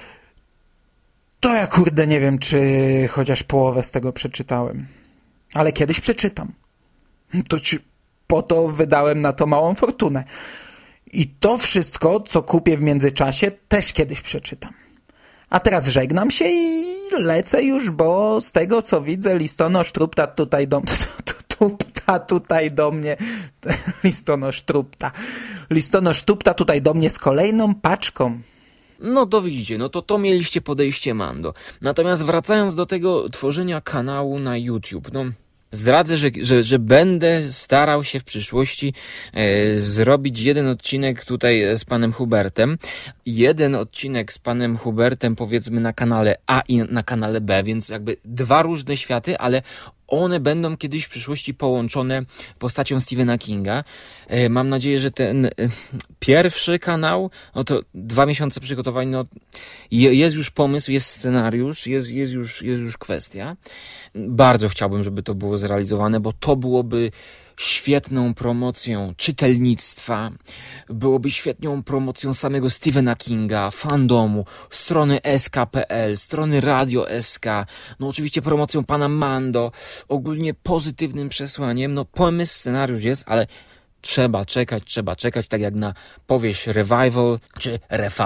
to ja kurde nie wiem, czy chociaż połowę z tego przeczytałem. Ale kiedyś przeczytam. To ci, po to wydałem na to małą fortunę. I to wszystko, co kupię w międzyczasie, też kiedyś przeczytam. A teraz żegnam się i lecę już, bo z tego, co widzę, listonosz trupta tutaj do... Tupta tutaj do mnie, listonosz trupta, listonosz tupta tutaj do mnie z kolejną paczką. No to widzicie, no to to mieliście podejście Mando. Natomiast wracając do tego tworzenia kanału na YouTube, no zdradzę, że, że, że będę starał się w przyszłości e, zrobić jeden odcinek tutaj z panem Hubertem, jeden odcinek z panem Hubertem powiedzmy na kanale A i na kanale B, więc jakby dwa różne światy, ale one będą kiedyś w przyszłości połączone postacią Stephena Kinga. E, mam nadzieję, że ten e, pierwszy kanał, no to dwa miesiące przygotowań, no je, jest już pomysł, jest scenariusz, jest, jest, już, jest już kwestia. Bardzo chciałbym, żeby to było zrealizowane, bo to byłoby świetną promocją czytelnictwa, byłoby świetną promocją samego Stephena Kinga, fandomu, strony S K kropka P L, strony Radio S K, no oczywiście promocją pana Mando, ogólnie pozytywnym przesłaniem. No pomysł, scenariusz jest, ale trzeba czekać, trzeba czekać, tak jak na powieść Revival czy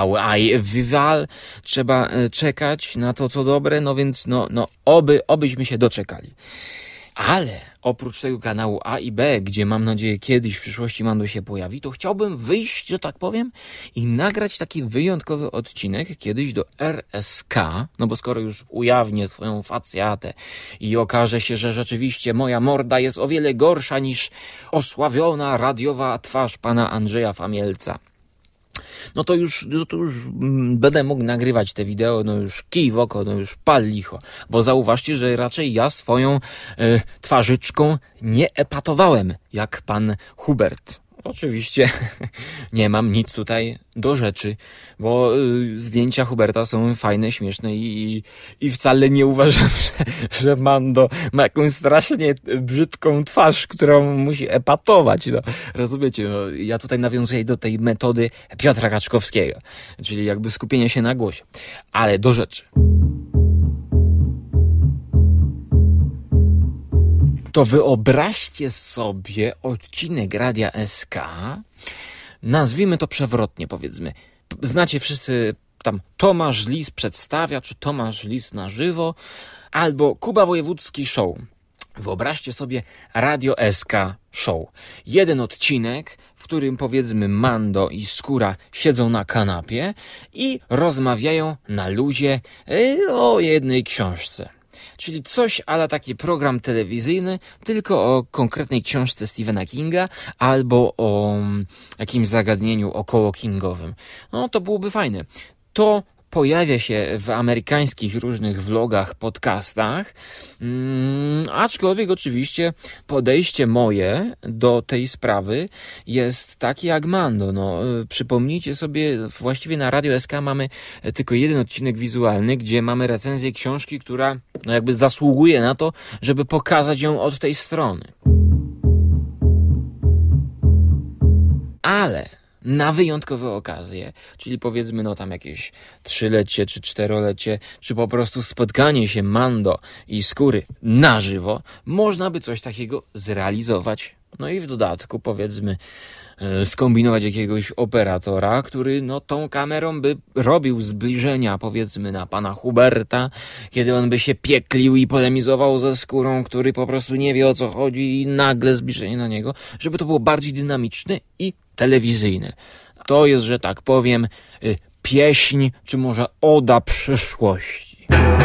Revival, trzeba czekać na to, co dobre, no więc no, no oby, obyśmy się doczekali. Ale oprócz tego kanału A i B, gdzie mam nadzieję kiedyś w przyszłości Mando się pojawi, to chciałbym wyjść, że tak powiem, i nagrać taki wyjątkowy odcinek kiedyś do R S K, no bo skoro już ujawnię swoją facjatę i okaże się, że rzeczywiście moja morda jest o wiele gorsza niż osławiona radiowa twarz pana Andrzeja Famielca, no to już, no to już będę mógł nagrywać te wideo, no już kij w oko, no już pal licho, bo zauważcie, że raczej ja swoją e, twarzyczką nie epatowałem, jak pan Hubert. Oczywiście nie mam nic tutaj do rzeczy, bo y, zdjęcia Huberta są fajne, śmieszne i, i wcale nie uważam, że, że Mando ma jakąś strasznie brzydką twarz, którą musi epatować. No, rozumiecie, no, ja tutaj nawiązuję do tej metody Piotra Kaczkowskiego, czyli jakby skupienie się na głosie. Ale do rzeczy. To wyobraźcie sobie odcinek Radia S K, nazwijmy to przewrotnie, powiedzmy. Znacie wszyscy tam Tomasz Lis przedstawia, czy Tomasz Lis na żywo, albo Kuba Wojewódzki show. Wyobraźcie sobie Radio S K show. Jeden odcinek, w którym powiedzmy Mando i Skóra siedzą na kanapie i rozmawiają na luzie o jednej książce. Czyli coś a la taki program telewizyjny, tylko o konkretnej książce Stephena Kinga albo o jakimś zagadnieniu około kingowym. No to byłoby fajne. To pojawia się w amerykańskich różnych vlogach, podcastach, mm, aczkolwiek oczywiście podejście moje do tej sprawy jest takie jak Mando. No, przypomnijcie sobie, właściwie na Radio S K mamy tylko jeden odcinek wizualny, gdzie mamy recenzję książki, która no jakby zasługuje na to, żeby pokazać ją od tej strony. Ale na wyjątkowe okazje, czyli powiedzmy no tam jakieś trzylecie czy czterolecie, czy po prostu spotkanie się Mando i Skóry na żywo, można by coś takiego zrealizować. No i w dodatku powiedzmy e, skombinować jakiegoś operatora, który no tą kamerą by robił zbliżenia powiedzmy na pana Huberta, kiedy on by się pieklił i polemizował ze Skórą, który po prostu nie wie o co chodzi i nagle zbliżenie na niego, żeby to było bardziej dynamiczne i telewizyjne. To jest, że tak powiem, y, pieśń, czy może oda przyszłości.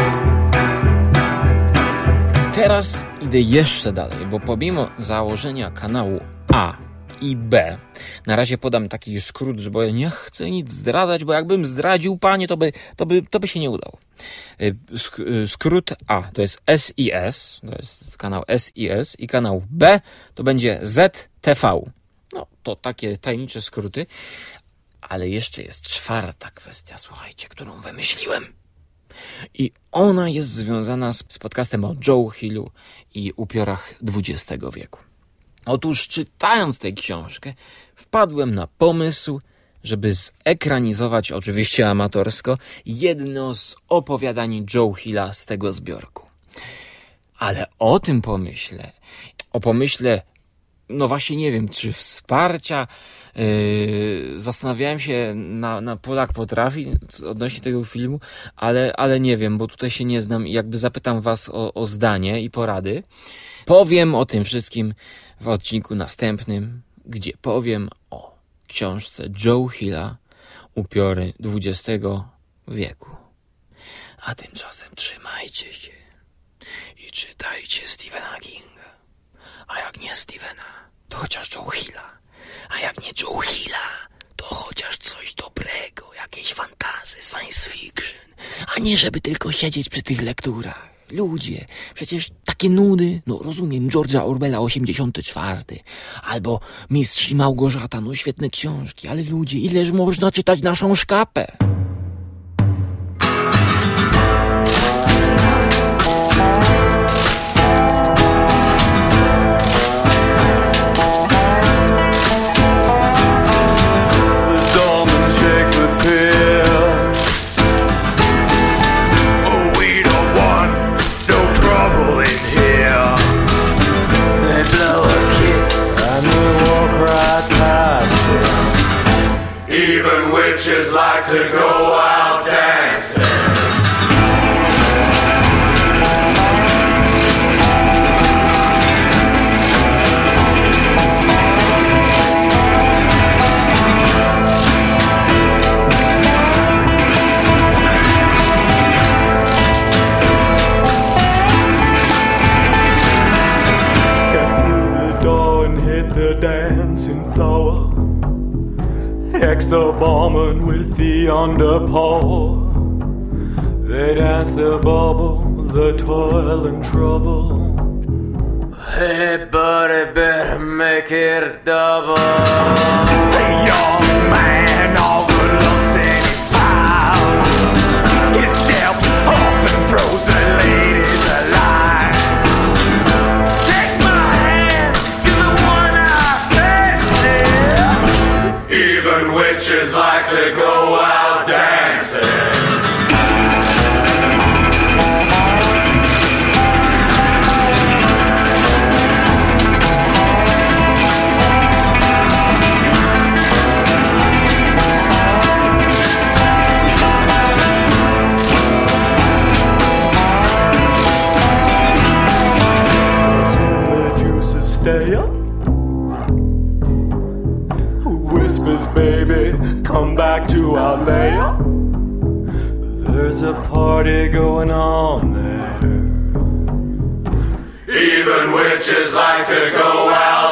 Teraz idę jeszcze dalej, bo pomimo założenia kanału A i B, na razie podam taki skrót, bo ja nie chcę nic zdradzać, bo jakbym zdradził panie, to by, to by, to by się nie udało. Skrót A to jest S I S, to jest kanał S I S, i kanał B to będzie Z T V. No, to takie tajemnicze skróty. Ale jeszcze jest czwarta kwestia, słuchajcie, którą wymyśliłem. I ona jest związana z, z podcastem o Joe Hillu i upiorach dwudziestego wieku. Otóż czytając tę książkę, wpadłem na pomysł, żeby zekranizować, oczywiście amatorsko, jedno z opowiadań Joe Hilla z tego zbiorku. Ale o tym pomyśle, o pomyśle no właśnie nie wiem, czy wsparcia, yy, zastanawiałem się na, na Polak Potrafi odnośnie tego filmu, ale, ale nie wiem, bo tutaj się nie znam i jakby zapytam was o, o zdanie i porady. Powiem o tym wszystkim w odcinku następnym, gdzie powiem o książce Joe Hilla, upiory dwudziestego wieku. A tymczasem trzymajcie się i czytajcie Stephena Kinga. A jak nie Stephena, to chociaż Joe Hilla. A jak nie Joe Hilla, to chociaż coś dobrego, jakieś fantasy, science fiction. A nie żeby tylko siedzieć przy tych lekturach. Ludzie, przecież takie nudy, no rozumiem, George'a Orwella osiemdziesiąty czwarty, albo Mistrz i Małgorzata, no świetne książki, ale ludzie, ileż można czytać naszą szkapę? Even witches like to go out dancing. Step through the door and hit the dancing floor. Ex the barman with the underpaw. They dance the bubble, the toil and trouble. Hey buddy, better make it double. A young man, all good looks in his pile. He steps up and throws the ladies a line. Take my hand, you're the one I fancy. Even witches like to go out dancing. Stay up. Whispers, baby, come back to our lair. There's a party going on there. Even witches like to go out